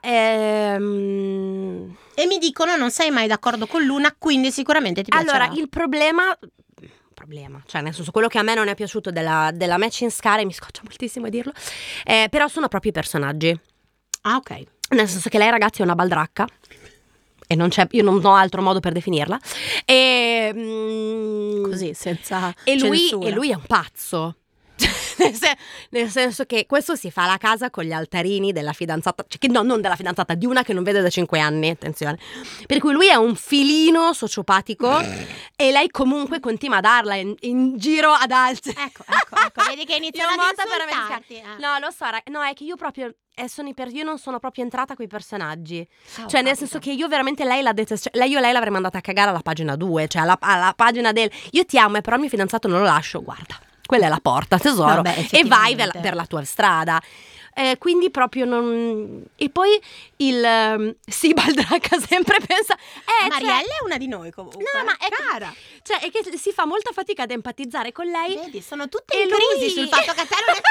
ehm... E mi dicono non sei mai d'accordo con l'una, quindi sicuramente ti piacerà. allora il problema problema, cioè nel senso quello che a me non è piaciuto della, della Matching Scar, e mi scoccia moltissimo a dirlo, eh, però sono proprio i personaggi. Ah, ok. Nel senso che lei, ragazzi, è una baldracca. E non c'è, io non ho altro modo per definirla. E, mm, Così, senza e lui, censura. e lui è un pazzo. Nel, sen- nel senso che questo si fa la casa con gli altarini della fidanzata, cioè che no, non della fidanzata, di una che non vede da cinque anni, attenzione. Per cui lui è un filino sociopatico e lei comunque continua a darla in, in giro ad altri. Ecco, ecco, ecco, vedi che iniziano Io ad molta per insultarti. eh. No, lo so, ra- no, è che io proprio eh, sono i per- io non sono proprio entrata coi personaggi. Oh, Cioè, nel capita. senso che io veramente lei la detesto. Cioè, lei io lei l'avrei mandata a cagare alla pagina due, cioè alla, alla pagina del io ti amo, eh, però il mio fidanzato non lo lascio. Guarda, quella è la porta, tesoro. Vabbè, e vai effettivamente. per, per la tua strada. Eh, quindi proprio non. E poi il um, sì, Baldracca sempre pensa. Eh, cioè- Mariella è una di noi comunque. No, ma è cara. Cioè, è che si fa molta fatica ad empatizzare con lei. Vedi, sono tutte E in lui- crisi sul fatto che a te non è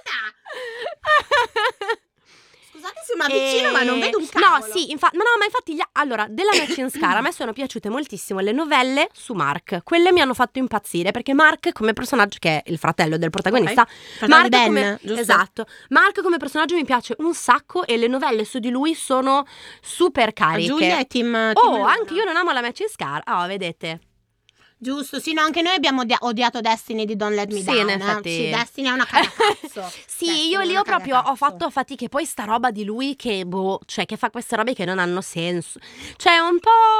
piaciuta. Scusate se mi avvicino, E- ma non vedo un cavolo. No, sì, infatti, no, no, ma infatti, gli- allora, della Matching Scar a me sono piaciute moltissimo le novelle su Mark. Quelle mi hanno fatto impazzire perché Mark come personaggio, che è il fratello del protagonista, Fratello Mark di Ben, come, giusto? esatto, Mark come personaggio mi piace un sacco e le novelle su di lui sono super A cariche. Giulia è team, team Oh, Luna. anche io non amo la Matching Scar. Oh, vedete. Giusto, sì, no, anche noi abbiamo odia- odiato Destiny di Don't Let Me Sì, Down. in eh. effetti. Sì, Destiny è una cagacazzo. Sì, Destiny io è lì una ho proprio ho cagacazzo. fatto fatiche. Poi sta roba di lui che, boh, cioè che fa queste robe che non hanno senso. Cioè un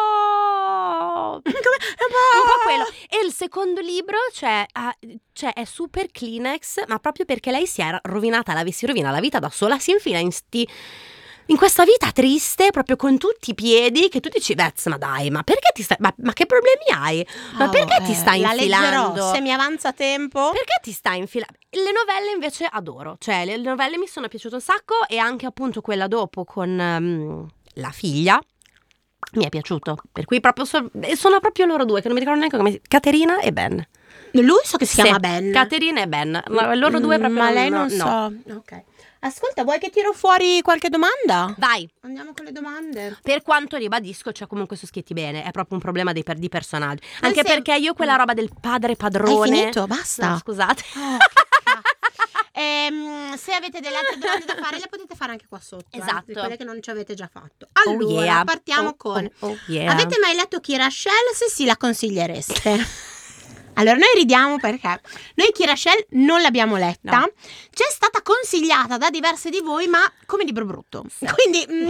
po'... un po' quello. E il secondo libro, cioè, ah, cioè è super Kleenex, ma proprio perché lei si è rovinata, la, si rovina la vita da sola, si infila in sti... in questa vita triste, proprio con tutti i piedi, che tu dici, Vez, ma dai, ma perché ti stai... Ma, ma che problemi hai? Ma Oh, perché eh, ti stai la infilando? leggerò, se mi avanza tempo. Perché ti stai infilando? Le novelle invece adoro, cioè le novelle mi sono piaciute un sacco e anche appunto quella dopo con um, la figlia mi è piaciuto, per cui proprio so- sono proprio loro due che non mi ricordo neanche come si... Caterina e Ben. Lui so che si Sì, chiama Ben. Caterina e Ben, no, loro due Mm, proprio Ma lei no, non no. so. Ok. Ascolta, vuoi che tiro fuori qualche domanda? Vai. Andiamo con le domande. Per quanto ribadisco, cioè comunque sono scritti bene, è proprio un problema dei, per- di personaggi. Nel Anche sen- perché io quella roba del padre padrone. Hai finito? Basta. No, scusate. Oh, che cazzo. Ehm, se avete delle altre domande da fare, le potete fare anche qua sotto. eh, Esatto. di quelle che non ci avete già fatto. Oh, Allora, yeah. partiamo Oh, con. oh, oh, yeah. Avete mai letto Kira Shell? Se sì, la consigliereste. Allora, noi ridiamo perché noi Kira Shell non l'abbiamo letta. No. Ci è stata consigliata da diverse di voi, ma come libro brutto. Quindi mm,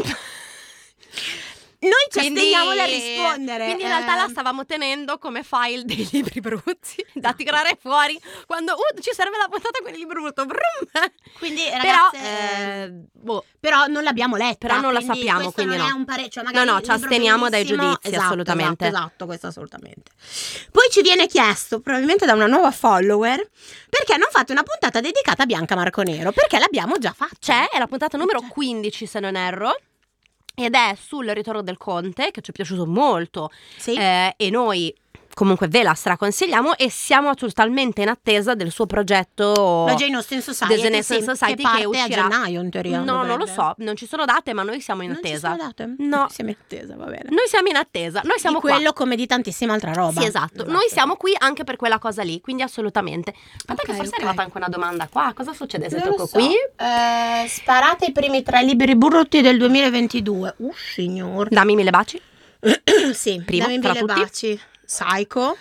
noi ci Quindi- asteniamo dal rispondere. Quindi in realtà la Eh, stavamo tenendo come file dei libri brutti da tirare fuori quando uh, ci serve la puntata con il libro brutto. Brum. Quindi, Però, ragazze, eh, boh, però non l'abbiamo letta. Però non la quindi sappiamo, questo quindi non no. è un pare- cioè magari No, no, il ci libro asteniamo dai bellissimo. giudizi, Esatto, assolutamente. Esatto, esatto, questo assolutamente. Poi ci viene chiesto, probabilmente da una nuova follower, perché non fate una puntata dedicata a Bianca Marconero? Perché l'abbiamo già fatta. c'è, è la puntata numero C'è. quindici se non erro. Ed è sul ritorno del conte, che ci è piaciuto molto. Sì. Eh, e noi comunque ve la straconsigliamo e siamo totalmente in attesa del suo progetto La Jane Austen Society, The Jane Austen sì, Society che che, parte uscirà a gennaio in teoria. No, non lo dovrebbe. so, non ci sono date, ma noi siamo in Non ci attesa. sono date? No. Siamo in attesa, va bene. Noi siamo in attesa, noi siamo di quello qua. come di tantissima altra roba. Sì, esatto. Noi siamo qui anche per quella cosa lì, quindi assolutamente. Aspetta Ok, che forse ok. è arrivata anche una domanda qua. Cosa succede se Non tocco lo so. qui? Eh, sparate i primi tre libri brutti del duemilaventidue. Uh, signor. Dammi mille baci. Sì, Primo, dammi tra mille tutti. baci. Psycho.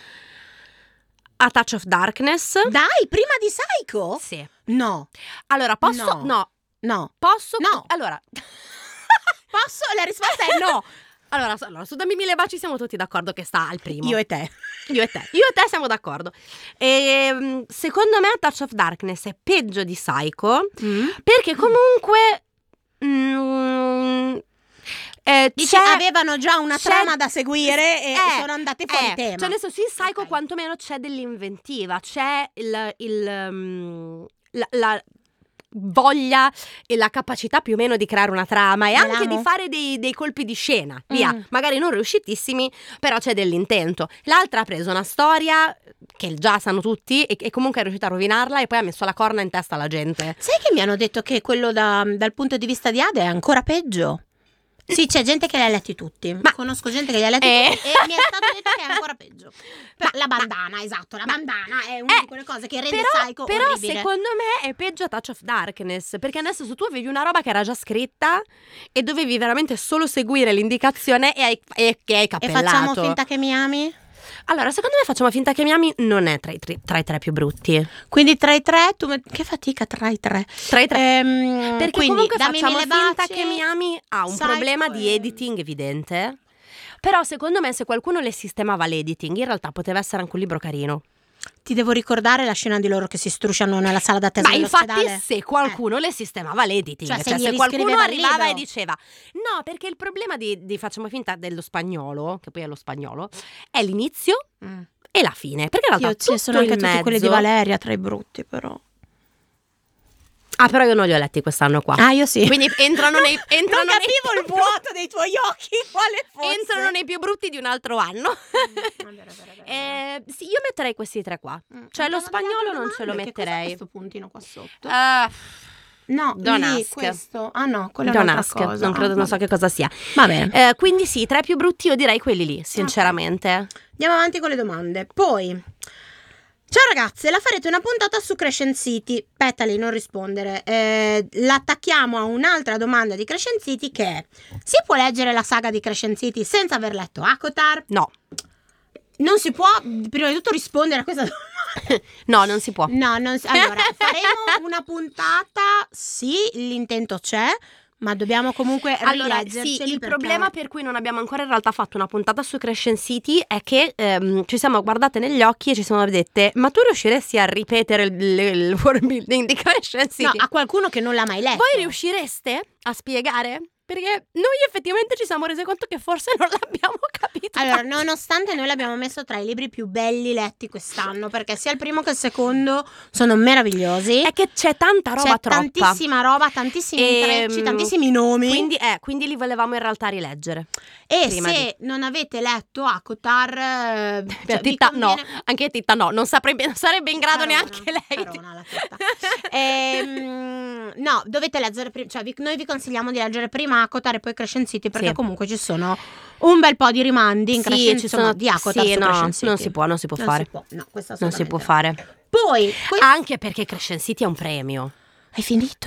A Touch of Darkness. Dai, prima di Psycho? Sì. No, Allora, posso No. no, no. posso No. Allora, Posso? La risposta è no. allora, su- allora, su Dammi mille baci siamo tutti d'accordo che sta al primo. Io e te. Io e te. Io e te siamo d'accordo. E, secondo me A Touch of Darkness è peggio di Psycho perché comunque mm, eh, Dici, c'è- avevano già una c'è- trama da seguire e eh, sono andate fuori eh, tema. Cioè nel senso in Psycho Ok. quantomeno c'è dell'inventiva, c'è il, il, um, la, la voglia e la capacità più o meno di creare una trama e Me anche l'amo. di fare dei, dei colpi di scena, via, Mm. magari non riuscitissimi, però c'è dell'intento. L'altra ha preso una storia che già sanno tutti e, e comunque è riuscita a rovinarla e poi ha messo la corna in testa alla gente. Sai che mi hanno detto che quello da- dal punto di vista di Ada è ancora peggio? Sì, c'è gente che li ha letti tutti. Ma- Conosco gente che li ha letti Eh. tutti e mi è stato detto che è ancora peggio. Ma la bandana, esatto, la bandana è una Eh, di quelle cose che rende Però, Psycho però orribile. secondo me è peggio a Touch of Darkness, perché adesso se tu avevi una roba che era già scritta e dovevi veramente solo seguire l'indicazione e hai, e che hai E cappellato. facciamo finta che mi ami? Allora, secondo me facciamo finta che Miami non è tra i, tri- tra i tre più brutti. Quindi tra i tre, tu met- che fatica tra i tre. Tra i tre. Ehm, Perché quindi, comunque dammi facciamo mille finta baci, che Miami ha un Psycho problema di e- editing evidente. Però secondo me se qualcuno le sistemava l'editing, in realtà poteva essere anche un libro carino. Ti devo ricordare la scena di loro che si strusciano nella sala d'attesa Ma infatti dell'ospedale? se qualcuno le sistemava l'editing, Cioè, cioè, se se, gli qualcuno riscriveva il arrivava e libro. diceva no, perché il problema di, di facciamo finta dello spagnolo, che poi è lo spagnolo, è l'inizio Mm. e la fine, perché in realtà Io tutto ci sono anche il tutti mezzo... quelli di Valeria tra i brutti, però. Ah, però io non li ho letti quest'anno qua. Ah, io sì. Quindi entrano nei entrano non nei capivo più il vuoto dei tuoi occhi, quale fosse. entrano nei più brutti di un altro anno. Mm, è vero, è vero, è vero, è Eh, sì, io metterei questi tre qua. vero. Mm. Cioè lo Abbiamo delle spagnolo altre non ce lo domande? Che cos'è metterei. questo puntino qua sotto? Ah, No, Don't lì, ask. questo. Ah no, quello è don't un'altra ask, cosa. non credo, Ah, non so che cosa sia. Va bene. Eh, quindi sì, tra i più brutti io direi quelli lì, sinceramente. Andiamo avanti con le domande. Poi, ciao ragazze, la farete una puntata su Crescent City? Petali, non rispondere. Eh, l'attacchiamo a un'altra domanda di Crescent City che è: si può leggere la saga di Crescent City senza aver letto Akotar? No, Non si può, prima di tutto, rispondere a questa domanda. no, non si può. No, non si... Allora, faremo una puntata, sì, l'intento c'è, ma dobbiamo comunque Allora, rileggerceli sì, il perché- problema per cui non abbiamo ancora in realtà fatto una puntata su Crescent City è che ehm, ci siamo guardate negli occhi e ci siamo dette ma tu riusciresti a ripetere il, il, il world building di Crescent No, City? a qualcuno che non l'ha mai letto. Voi riuscireste a spiegare? Perché noi effettivamente ci siamo resi conto che forse non l'abbiamo capito. Allora, nonostante noi l'abbiamo messo tra i libri più belli letti quest'anno, perché sia il primo che il secondo sono meravigliosi. È che c'è tanta roba C'è troppa. tantissima roba, tantissimi Ehm, intrecci, tantissimi nomi. Quindi, eh, quindi li volevamo in realtà rileggere. e prima se non avete letto Akotar, eh, Cioè, cioè, vi Titta, no, conviene- anche Titta no, non, saprebbe, non sarebbe in grado Carona, neanche lei. carona la Titta. Ehm, no, dovete leggere prima, cioè vi- noi vi consigliamo di leggere prima Akotar e poi Crescent City, perché Sì. comunque ci sono un bel po' di rimandi in Sì, Crescent, ci insomma, sono di Akotar sì, su no, Crescent City. non si può, non si può Non fare. si può, no, questo Non si può assolutamente fare. Poi, que- Anche perché Crescent City è un premio. hai finito?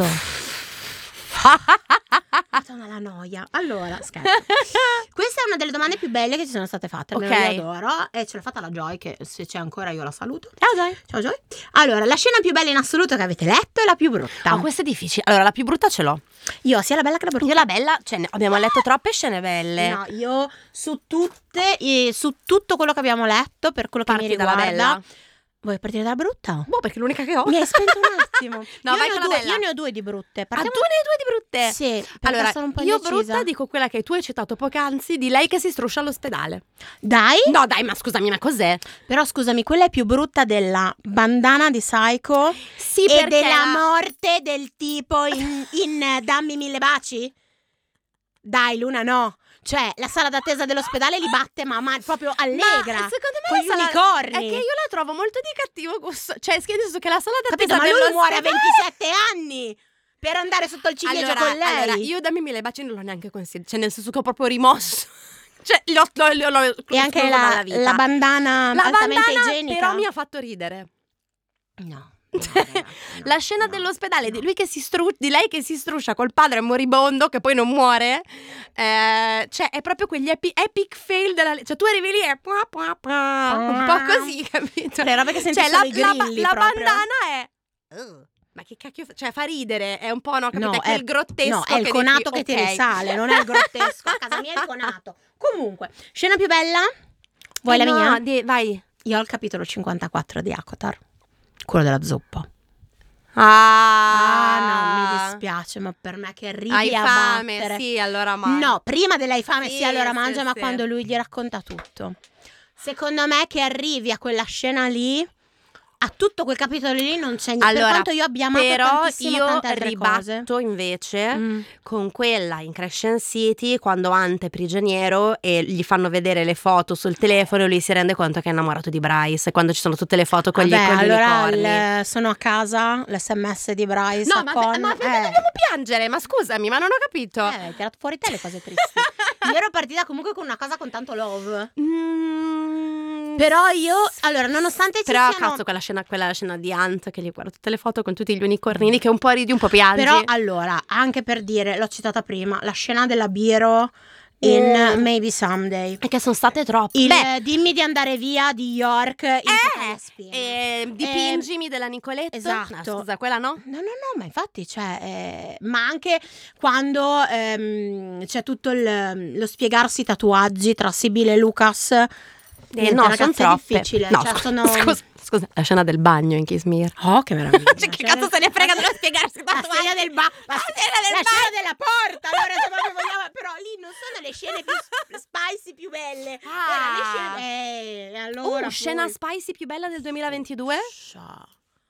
Madonna la noia. Allora, scherzo. Questa è una delle domande più belle che ci sono state fatte. Ok. Me lo adoro. E ce l'ha fatta la Joy, che se c'è ancora io la saluto. Ciao Joy. Ciao Joy. Allora, la scena più bella in assoluto che avete letto è la più brutta. Oh, questo è difficile. Allora, la più brutta ce l'ho. Io sia la bella che la brutta. Io la bella, cioè, ne- abbiamo letto troppe scene belle. No, io su tutte, eh, su tutto quello che abbiamo letto, per quello che Parti mi dalla riguarda. bella. Vuoi partire dalla brutta? Boh, perché è l'unica che ho. Mi hai spento un attimo. No, io vai ne ho con la due, bella. Io ne ho due di brutte. Ah, Partiamo- tu ne hai due di brutte? Sì, perché Allora, sono un po' io indecisa. brutta dico quella che tu hai citato poc'anzi, di lei che si struscia all'ospedale. Dai? No, dai, ma scusami, ma cos'è? Però scusami, quella è più brutta della bandana di Psycho Sì, e perché della morte del tipo in, in eh, Dammi mille baci? Dai, Luna, no. Cioè, la sala d'attesa dell'ospedale li batte, ma, ma proprio allegra. Ma secondo me con la gli sala- unicorni. è che io la trovo molto di cattivo gusto. Cioè, nel senso che la sala Capito? d'attesa Ma lui muore a dell'ospedale- ventisette anni per andare sotto il ciliegio allora, con lei. allora, io dammi mille baci non l'ho neanche considerato. Cioè, nel senso che ho proprio rimosso. Cioè, l'ho, l'ho, l'ho, l'ho E anche escluso la, dalla vita. la bandana La altamente bandana igienica. però mi ha fatto ridere. No. no, ragazzi, no, La scena no, dell'ospedale di no. lui che si stru- di lei che si struscia col padre moribondo che poi non muore, eh, cioè è proprio quegli epi- epic fail della, cioè tu arrivi lì e pua, pua, pua, un po' così, capito? Le robe che senti Cioè solo la, i la, grilli la proprio. bandana è "Ugh, ma che cacchio fa-" cioè fa ridere, è un po', no, capito? No, è quel grottesco no, è il che conato dici, che ti ok. risale, non è il grottesco. A casa mia è il conato. Comunque, scena più bella? Vuoi Eh la no, mia? di- vai. Io ho il capitolo cinquantaquattro di Akotar. Quello della zuppa. Ah, Ah, no, mi dispiace, ma per me che arrivi Hai a fame, battere. sì, allora mangia. No, prima dell'hai fame, sì, Sì, allora sì, mangia, ma sì. quando lui gli racconta tutto. Secondo me che arrivi a quella scena lì, a tutto quel capitolo lì non c'è niente. Allora, per quanto io abbia amato però tantissimo io tante altre ribatto cose. invece Mm. con quella in Crescent City, quando Ant è prigioniero e gli fanno vedere le foto sul telefono e lui si rende conto che è innamorato di Bryce, quando ci sono tutte le foto con Vabbè, gli, con gli allora unicorni. il- sono a casa, l'sms di Bryce No, a ma, Con, ma perché eh. dobbiamo piangere? Ma scusami, ma non ho capito. Eh, hai tirato fuori te le cose tristi. Io ero partita comunque con una cosa con tanto love. Mm, Però io, allora, nonostante ci Però siano... cazzo, quella scena, quella scena di Ant che gli guarda tutte le foto con tutti gli unicornini, che un po' ridi, un po' piangi. Però allora, anche per dire, l'ho citata prima, la scena della Biro in Mm. Maybe Someday. È che sono state troppe. Il Beh, dimmi di andare via di York in totale spiega. eh, dipingimi della Nicoletta. esatto. No, scusa, quella no? No, no, no, ma infatti cioè, eh, ma anche quando ehm, c'è tutto il- lo spiegarsi i tatuaggi tra Sibille e Lucas. Eh, niente, no, ragazzi, sono è troppe. difficile. No, cioè, scusa, sono... scusa, scusa, la scena del bagno in Kiss Me Here. Oh, che meraviglia. Cioè, che cazzo se ne frega dello spiegarsi i La tatuaggi? scena del ba- la, La scena del la bagno. scena della porta. Allora, se proprio vogliamo, però lì non sono le scene più sp- spicy più belle. Era le scene eh, e allora Oh, scena poi- spicy più bella del duemilaventidue? Scià.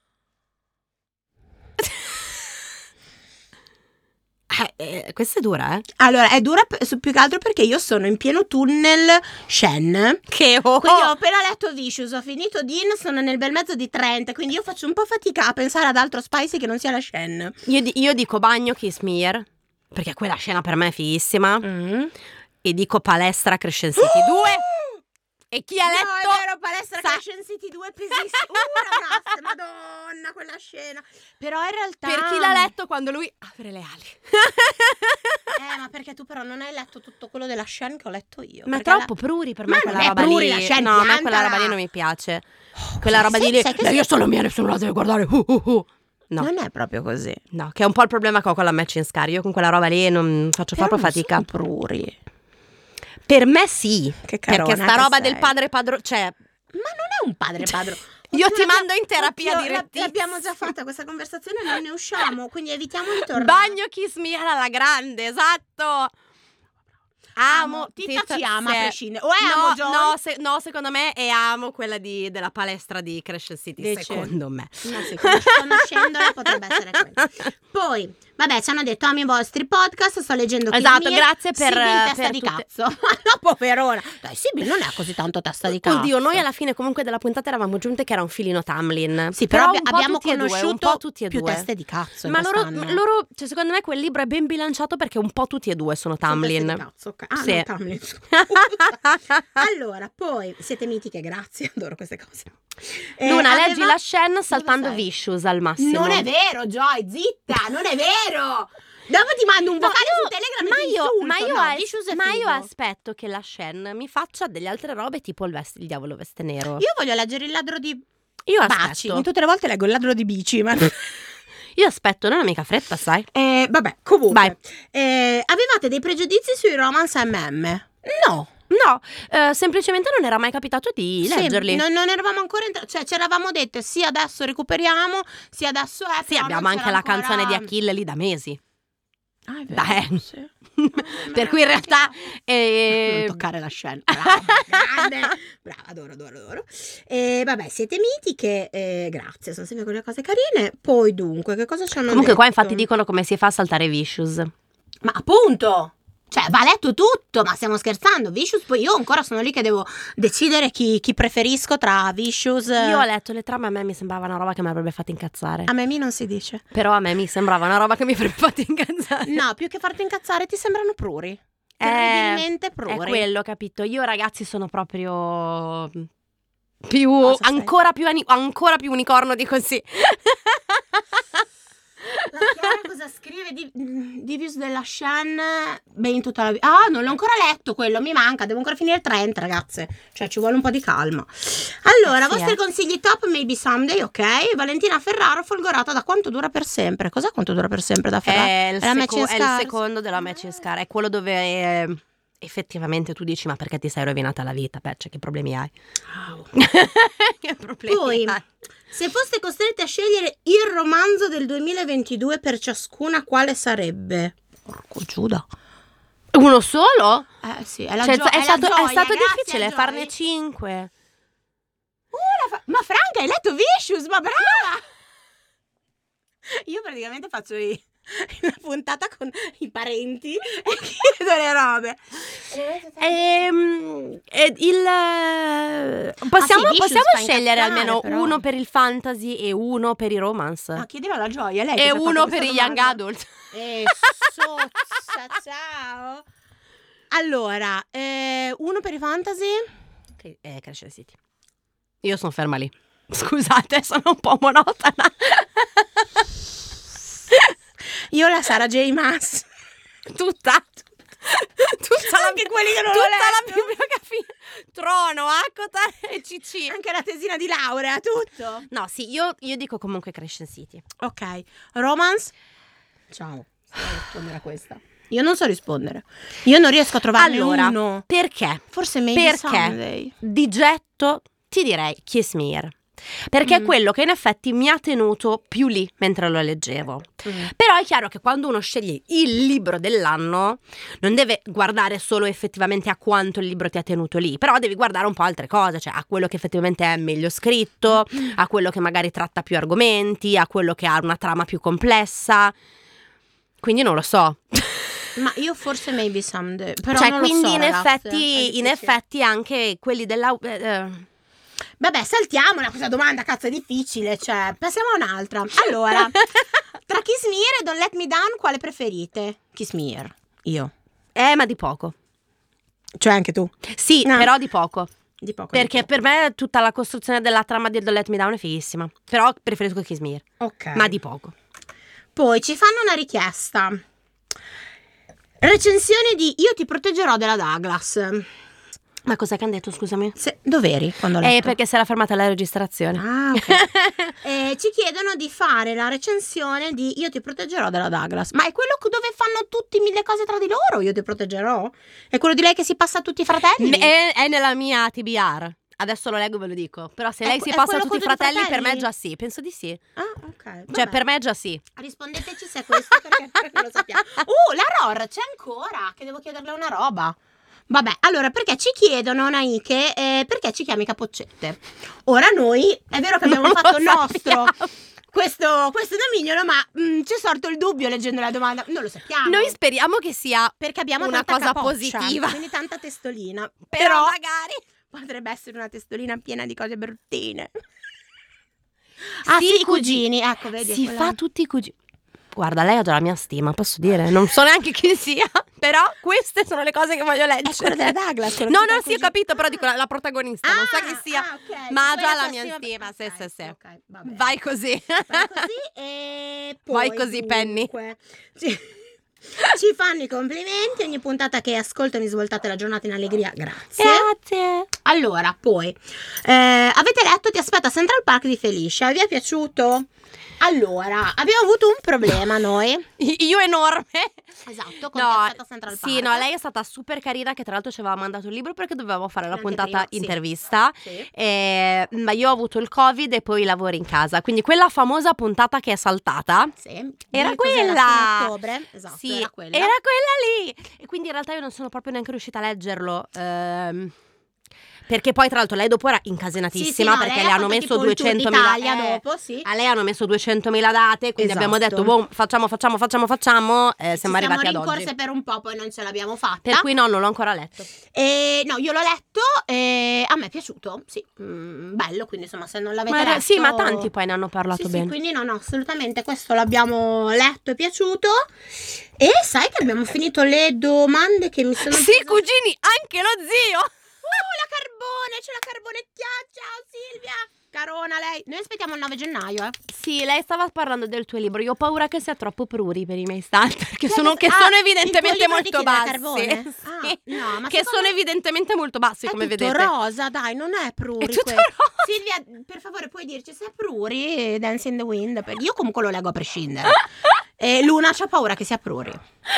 Eh, eh, questa è dura, eh? Allora, è dura p- su- più che altro perché io sono in pieno tunnel Shen. Che oh, Quindi ho appena letto Vicious, ho finito Dean, sono nel bel mezzo di Trent, quindi io faccio un po' fatica a pensare ad altro spicy che non sia la Shen. io, di- io dico bagno Kiss Me Here, perché quella scena per me è fighissima. Mm. E dico palestra Crescent City due. E chi ha letto? No, è vero, palestra sa- Crescent City due è pesissimo. Uh, una massa, madonna, quella scena. Però in realtà... Per chi l'ha letto quando lui apre le ali. Eh, ma perché tu però non hai letto tutto quello della Shen che ho letto io. Ma è perché troppo pruri per Ma me non quella è roba pruri, lì. la Shen, no, a me quella piantala. roba lì non mi piace. la... Quella roba di lì. Sai che "Dai, sì- io sono mia, nessuno la deve guardare. Uh, uh, uh." No, Non è proprio così. no, che è un po' il problema che ho con la Match in Scar. Io con quella roba lì non faccio Però proprio non fatica. sono pruri. Per me sì. Che carona Perché sta che roba sei. del padre padrone, cioè Ma non è un padre padro. Io Oddio, ti l'abbia- mando in terapia oddio, direttissima. L'abbiamo già fatta questa conversazione, non ne usciamo, quindi evitiamo di tornare. bagno Kiss Me Here alla grande, esatto. Amo Tita ci Tita- ama a se- prescindere. O è no, amo John? no, se- no, secondo me è amo quella di, della palestra di Crescent City. Dici? Secondo me. No, sì, conos- conoscendola potrebbe essere quella. Poi, vabbè, ci hanno detto amo i vostri podcast, sto leggendo Kiss Esatto, Me Here. grazie per- Sibyl in testa per di tutte- cazzo. Ma no, poverona. Dai, Sibyl non è così tanto testa di cazzo. Oddio, noi alla fine comunque della puntata eravamo giunte che era un filino Tamlin. Sì, però, un abbi- po' abbiamo tutti e due, conosciuto un po' tutti e più due. teste di cazzo in Ma loro, quest'anno. loro, cioè secondo me quel libro è ben bilanciato perché un po' tutti e due sono Sono teste Tamlin. di cazzo, ok. Ah, Sì. no, Tamlin. Allora, poi siete mitiche, grazie, adoro queste cose. Eh, Luna, aveva- leggi la Shen saltando sei? Vicious al massimo. Non è vero, Joy, zitta, non è vero. Dopo ti mando un No, vocale io- su Telegram e ma ti io, insulto. ma io, No, as- Vicious è ma io figo. aspetto che la Shen mi faccia delle altre robe tipo il, vest- il diavolo veste nero. Io voglio leggere il ladro di Io baci. aspetto. In tutte le volte leggo il ladro di bici, ma... Io aspetto, non è mica fretta, sai? Eh, vabbè, comunque. Vai. Eh, avevate dei pregiudizi sui romance M M? No. No, eh, semplicemente non era mai capitato di Sì, leggerli. non, non eravamo ancora entrati, cioè ci eravamo dette sì adesso recuperiamo, sì adesso è. Sì, però abbiamo non anche c'era la ancora- canzone di Achille lì da mesi. Ah, è vero. Dai. Sì. Per cui in realtà eh, Non toccare la scena. Brava, grande. Brava, adoro, adoro, adoro. E vabbè, siete mitiche, eh, grazie, sono sempre quelle cose carine. Poi dunque, che cosa ci hanno comunque qua detto? infatti dicono come si fa a saltare Vicious. Ma appunto! Cioè, va letto tutto, ma stiamo scherzando. Vicious, poi io ancora sono lì che devo decidere chi, chi preferisco tra Vicious. Io ho letto le trame, a me mi sembrava una roba che mi avrebbe fatto incazzare. A me mi non si dice. Però a me mi sembrava una roba che mi avrebbe fatto incazzare. No, più che farti incazzare ti sembrano pruri. Eh, Terribilmente pruri. È quello, capito? Io ragazzi sono proprio più Cosa sei? ancora più ani- ancora più unicorno di così. La Chiara cosa scrive? Di, Divius della Shen. Beh, in tutta la vita. Ah, non l'ho ancora letto quello, mi manca. Devo ancora finire il Trent, ragazze. Cioè, ci vuole un po' di calma. Allora, Eh sì, vostri eh. consigli top, maybe someday, ok? Valentina Ferraro, folgorata da quanto dura per sempre. Cos'è quanto dura per sempre da Ferraro? È il, È la Match seco- in è il Scars? secondo della Match in Scar. È quello dove eh, effettivamente tu dici: ma perché ti sei rovinata la vita? Beh, cioè, che problemi hai? Wow. Che problemi Poi, hai? se foste costrette a scegliere il romanzo del duemilaventidue per ciascuna, quale sarebbe? Porco Giuda. Uno solo? Eh sì, è la Cioè, gio- è, è la stato, gioia, è stato grazie difficile a farne Joy. cinque. Uh, fa- ma Franca, hai letto Vicious? Ma brava! Io praticamente faccio i- una puntata con i parenti e chiedo le robe. Ehm, e il possiamo, Ah, sì, Vicious possiamo fa scegliere incazzare, almeno però. uno per il fantasy e uno per i romance Ah, chiedilo alla Gioia, lei che e ci ha fatto uno questa per i domanda. young adult. Eh, sozza, ciao. Allora, eh, uno per i fantasy? Che- eh, Crescent City. Io sono ferma lì. Scusate, sono un po' monotona. Io la Sarah J. Maas. Tutta tutta la, Anche quelli che non l'ho tutta la letto. bibliografia. Trono, Akota e C C. Anche la tesina di laurea, tutto. No, sì, io, io dico comunque Crescent City. Ok, romance? Ciao, sai rispondere a questa. Io non so rispondere. Io non riesco a trovarne Allora, uno. perché? Forse Maybe Perché Someday. di getto ti direi Kiss Me Here. Perché è Mm. quello che in effetti mi ha tenuto più lì mentre lo leggevo. Mm. Però è chiaro che quando uno sceglie il libro dell'anno non deve guardare solo effettivamente a quanto il libro ti ha tenuto lì, però devi guardare un po' altre cose, cioè a quello che effettivamente è meglio scritto, a quello che magari tratta più argomenti, a quello che ha una trama più complessa. Quindi non lo so. Ma io forse Maybe Someday. Però Cioè non lo quindi so, in ragazze. È effetti in difficile. effetti anche quelli della eh, eh, Vabbè, saltiamola questa domanda, cazzo, è difficile. Cioè, passiamo a un'altra. Allora, tra Kiss Me Here e Don't Let Me Down, quale preferite? Kiss Me Here. Io. eh ma di poco. Cioè, anche tu. Sì, No. però di poco. Di poco. Perché di poco. per me tutta la costruzione della trama di Don't Let Me Down è fighissima. Però preferisco Kiss Me Here. Ok. Ma di poco. Poi ci fanno una richiesta. Recensione di Io ti proteggerò della Douglas. Ma cos'è che hanno detto, scusami? Se, dov'eri quando ho letto? Eh, perché si era fermata la registrazione. Ah, ok. Eh, ci chiedono di fare la recensione di Io ti proteggerò della Douglas. Ma è quello dove fanno tutti mille cose tra di loro? Io ti proteggerò? È quello di lei che si passa a tutti i fratelli? È, è nella mia T B R. Adesso lo leggo e ve lo dico. Però se È lei que- si è passa a quello tutti i con tutti i fratelli, per me fratelli? già sì. Penso di sì. Ah, ok. Cioè, vabbè. per me già sì. Rispondeteci se è questo perché non lo sappiamo. Uh, la Ror c'è ancora, che devo chiederle una roba. Vabbè, allora perché ci chiedono, Naike, eh, perché ci chiami Capoccette? Ora noi, è vero che abbiamo Non lo fatto il nostro, sappiamo. questo, questo nomignolo, ma mh, ci è sorto il dubbio leggendo la domanda. Non lo sappiamo. Noi speriamo che sia perché abbiamo una tanta cosa capoccia, positiva. quindi tanta testolina. Però, Però magari potrebbe essere una testolina piena di cose bruttine. Ah Sì, sì, i cugini. cugini, ecco, vedi. si quella- fa tutti i cugini. Guarda, lei ha già la mia stima, posso dire. Non so neanche chi sia, però queste sono le cose che voglio leggere. È quella della Douglas. quello No, che no, fa sì, ho cugini. capito, però dico la, la protagonista, non so Ah, chi sia, ah, ok. ma ha Quella già tua la mia stima- stima, sì, ok, sì, sì. ok, vabbè. Vai così. Vai così e poi Vai così, Penny. dunque, Ci, ci fanno i complimenti. Ogni puntata che ascoltano e svoltate la giornata in allegria. Grazie. Grazie. Allora, poi eh, avete letto Ti aspetta Central Park di Felicia? Vi è piaciuto? Allora, abbiamo avuto un problema noi. Io enorme. Esatto, con No, Ti aspetta Central Park. sì, no, lei è stata super carina, che tra l'altro ci aveva mandato il libro perché dovevamo fare la L'anteprima, puntata sì. intervista. Sì. Eh, ma io ho avuto il Covid e poi i lavori in casa, quindi quella famosa puntata che è saltata Sì. era Di cos'era, quella. fine ottobre? Esatto, Sì, era quella. era quella lì. E quindi in realtà io non sono proprio neanche riuscita a leggerlo. ehm, perché poi tra l'altro lei dopo era incasinatissima, Sì, sì, no, perché lei le ha hanno fatto messo tipo il tour duecentomila d'Italia eh, dopo, sì. a lei hanno messo duecentomila date, quindi Esatto. abbiamo detto boh, facciamo, facciamo, facciamo, facciamo. eh, Ci siamo arrivati ad siamo oggi. rincorse per un po', poi non ce l'abbiamo fatta. Per cui no, non l'ho ancora letto. E, no, io l'ho letto e a me è piaciuto, sì, mm, bello, quindi insomma se non l'avete Ma, letto... sì, ma tanti poi ne hanno parlato sì, bene. sì, quindi no, no, assolutamente questo l'abbiamo letto e piaciuto. E sai che abbiamo finito le domande che mi sono... Sì, presa- cugini, anche lo zio. Uh, la Carbone, c'è la Carbonecchia, ciao Silvia! Carona lei. Noi aspettiamo il nove gennaio, eh. Sì, lei stava parlando del tuo libro. Io ho paura che sia troppo pruri per i miei standard, che Che sono, adesso- che ah, sono il tuo evidentemente libro di molto chi, della bassi. Carbone? Sì. Ah, no, ma che secondo sono me- evidentemente molto bassi, È come tutto vedete. rosa, dai, non è pruri È tutto questo. rosa. Silvia, per favore, puoi dirci se è pruri Dance in the Wind? Perché io comunque lo leggo a prescindere. E Luna c'ha paura che sia pruri.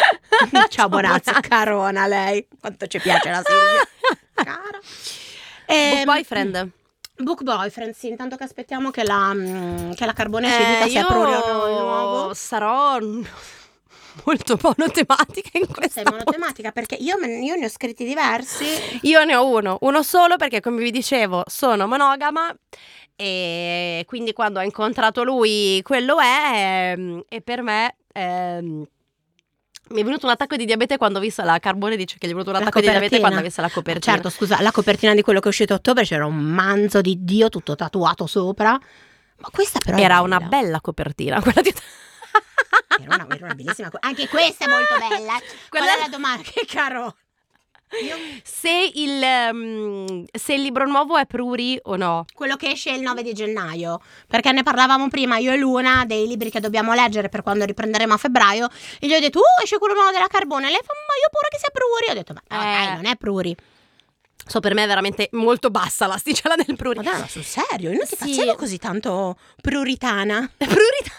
Ciao, buonazzo, buonazzo. carona lei. Quanto ci piace la Silvia. Cara. Ehm, Book Boyfriend. Book Boyfriend, sì, intanto che aspettiamo che la, mm, che la Carbone ci Eh, dica se è io pruri o no il nuovo. sarò molto monotematica in questa Sei monotematica perché io, me- io ne ho scritti diversi. Io ne ho uno, uno solo perché come vi dicevo sono monogama e quindi quando ho incontrato lui quello è ehm, e per me ehm, mi è venuto un attacco di diabete quando ho visto la Carbone dice che gli è venuto un La attacco di diabete copertina. quando ha visto la copertina. Certo, scusa, la copertina di quello che è uscito a ottobre c'era un manzo di Dio tutto tatuato sopra. Ma questa però è Era bella. una bella copertina quella di... Era una, era una bellissima co- Anche questa è molto bella. Qual Quella- è la domanda? Che caro. Io- Se il ehm, se il libro nuovo è Pruri o no? Quello che esce il nove di gennaio, perché ne parlavamo prima io e Luna dei libri che dobbiamo leggere per quando riprenderemo a febbraio, e gli ho detto uh esce quello nuovo della Carbone, e lei fa ma io ho paura che sia Pruri, ho detto ma no, Eh. dai, non è Pruri. So, per me è veramente molto bassa l'asticella del Pruri. Madonna, sul serio, io non ti Sì. facevo così tanto pruritana. Pruri.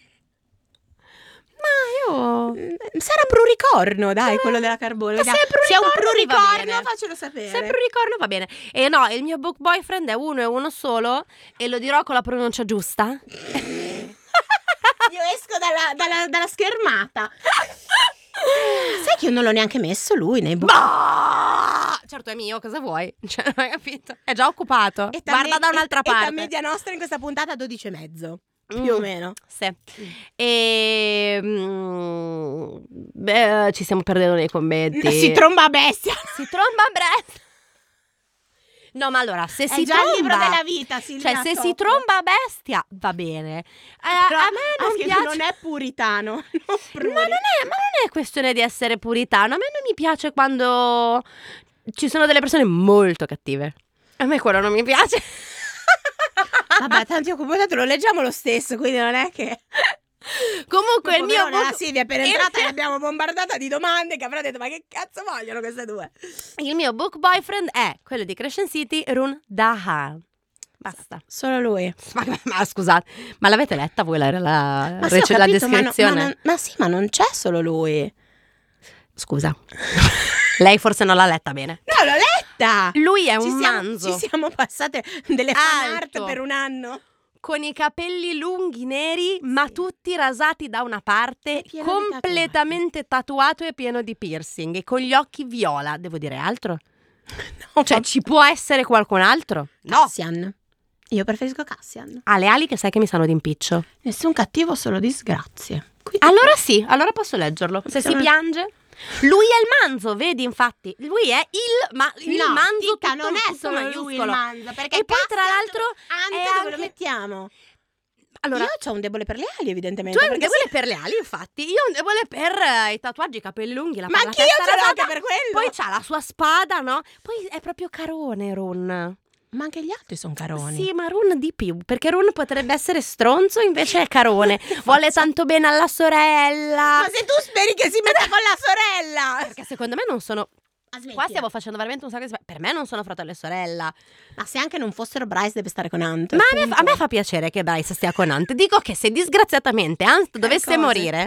Ma io Mm, Sarà pruricorno, dai, quello della Carbone. Ma vediamo. se è Se è un pruricorno, va pruricorno, bene. faccelo sapere. se Pruricorno va bene. E no, il mio book boyfriend è uno e uno solo e lo dirò con la pronuncia giusta. Io esco dalla, dalla- dalla schermata. Sai che io non l'ho neanche messo lui nei book. Bah! Certo è mio, cosa vuoi? Cioè, non hai capito? È già occupato. E ta Guarda me- da un'altra e- e ta parte. media nostra in questa puntata dodici e mezzo. Più Mm. o meno. Sì. E mm, beh, ci stiamo perdendo nei commenti. Si tromba a bestia. Si tromba a Brest. No, ma allora, se È si già tromba, il libro della vita, Silvia. cioè se si top. tromba a bestia va bene. Eh, Però a me ha non scritto, piace. non è puritano. Non Ma pruri. non è, ma non è questione di essere puritano. A me non mi piace quando ci sono delle persone molto cattive. A me quello non mi piace. Vabbè, tanto io comunque lo leggiamo lo stesso, quindi non è che... Comunque il mio Poverona, la book, Silvia è appena il entrata e mio- l'abbiamo bombardata di domande che avrà detto ma che cazzo vogliono queste due? il mio book boyfriend è quello di Crescent City, Run Daha. Basta. Solo lui. Ma, ma scusate, ma l'avete letta voi la, la, Ma sì, ho rec- la capito, ma no- descrizione? Ma, non- ma sì, ma non c'è solo lui. Scusa. Lei forse non l'ha letta bene. No, l'ho letta! Lui è Ci un siamo, manzo ci siamo passate delle fan art Alto. per un anno. con i capelli lunghi neri, ma tutti rasati da una parte, E pieno di completamente tatuato e pieno di piercing e con gli occhi viola. Devo dire altro? No, Cioè, ci può essere qualcun altro? No. Cassian. Io preferisco Cassian. Ha le ali che sai che mi sanno d'impiccio. Nessun cattivo, solo disgrazie. Quindi- Allora sì, allora posso leggerlo. Se si Siamo- piange. Lui è il manzo, vedi, infatti. Lui è il, ma il no, manzo Titta, tutto, non è tutto solo maiuscolo. lui il manzo, perché E poi tra Cassian- l'altro Ante è dove anche- lo mettiamo? Allora, Io ho un debole per le ali, evidentemente. tu hai un perché debole per le ali, infatti. Io ho un debole per eh, i tatuaggi, i capelli lunghi, la Ma la anch'io testa ce l'ho rasata. anche per quello. Poi c'ha la sua spada, no? Poi è proprio carone, Ron. Ma anche gli altri sono caroni. Sì, ma Ron di più, perché Ron potrebbe essere stronzo, invece è carone. Vuole tanto bene alla sorella. Ma se tu speri che si metta con la sorella. Perché secondo me non sono... Ma smetti. Qua stiamo facendo veramente un sacco di... sbagli. Per me non sono fratello e sorella. Ma se anche non fossero Bryce deve stare con Ant. Ma a me, punto. a me fa piacere che Bryce stia con Ant. Dico che se disgraziatamente Ant dovesse cose. morire,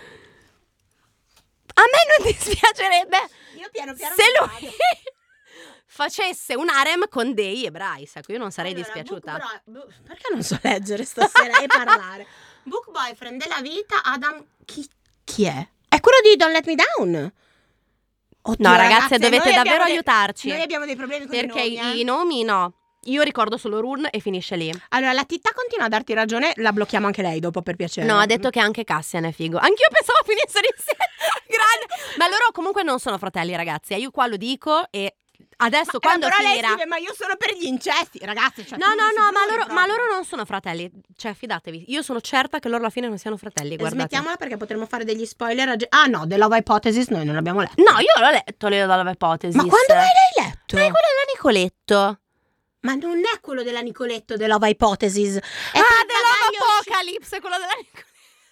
a me non dispiacerebbe Io piano piano se mi lui vado. facesse un harem con Day e Bryce. Ecco, io non sarei Allora, dispiaciuta. book bro- bu- perché non so leggere stasera e parlare? Book boyfriend della vita, Adam. Chi, chi è? È quello di Don't Let Me Down. Oddio, No, ragazze, dovete noi abbiamo davvero dei- aiutarci. Noi abbiamo dei problemi con Perché i nomi. i, eh. i nomi no. Io ricordo solo Run e finisce lì. Allora, la Titta continua a darti ragione, la blocchiamo anche lei dopo per piacere. No, ha detto che anche Cassian è figo. Anch'io pensavo finissero insieme. Grande. Ma loro comunque non sono fratelli, ragazzi. Io qua lo dico e adesso quando Eh, però lei finirà... scrive, ma io sono per gli incesti, ragazzi. Cioè, No, tu no, di no, sicuro ma li loro, trovi. ma loro non sono fratelli. Cioè, fidatevi. Io sono certa che loro alla fine non siano fratelli. E Guardate. smettiamola perché potremmo fare degli spoiler. a ge- Ah no, The Love Hypothesis noi non l'abbiamo letto. No, io l'ho letto, Leo dalla Hypothesis. Ma quando mai l'hai letto? Ma è quello della Nicoletto. Ma non è quello della Nicoletto, The Love Hypothesis. È ah, quel The Love bagaglio sci- Apocalypse, quello della Nicoletto.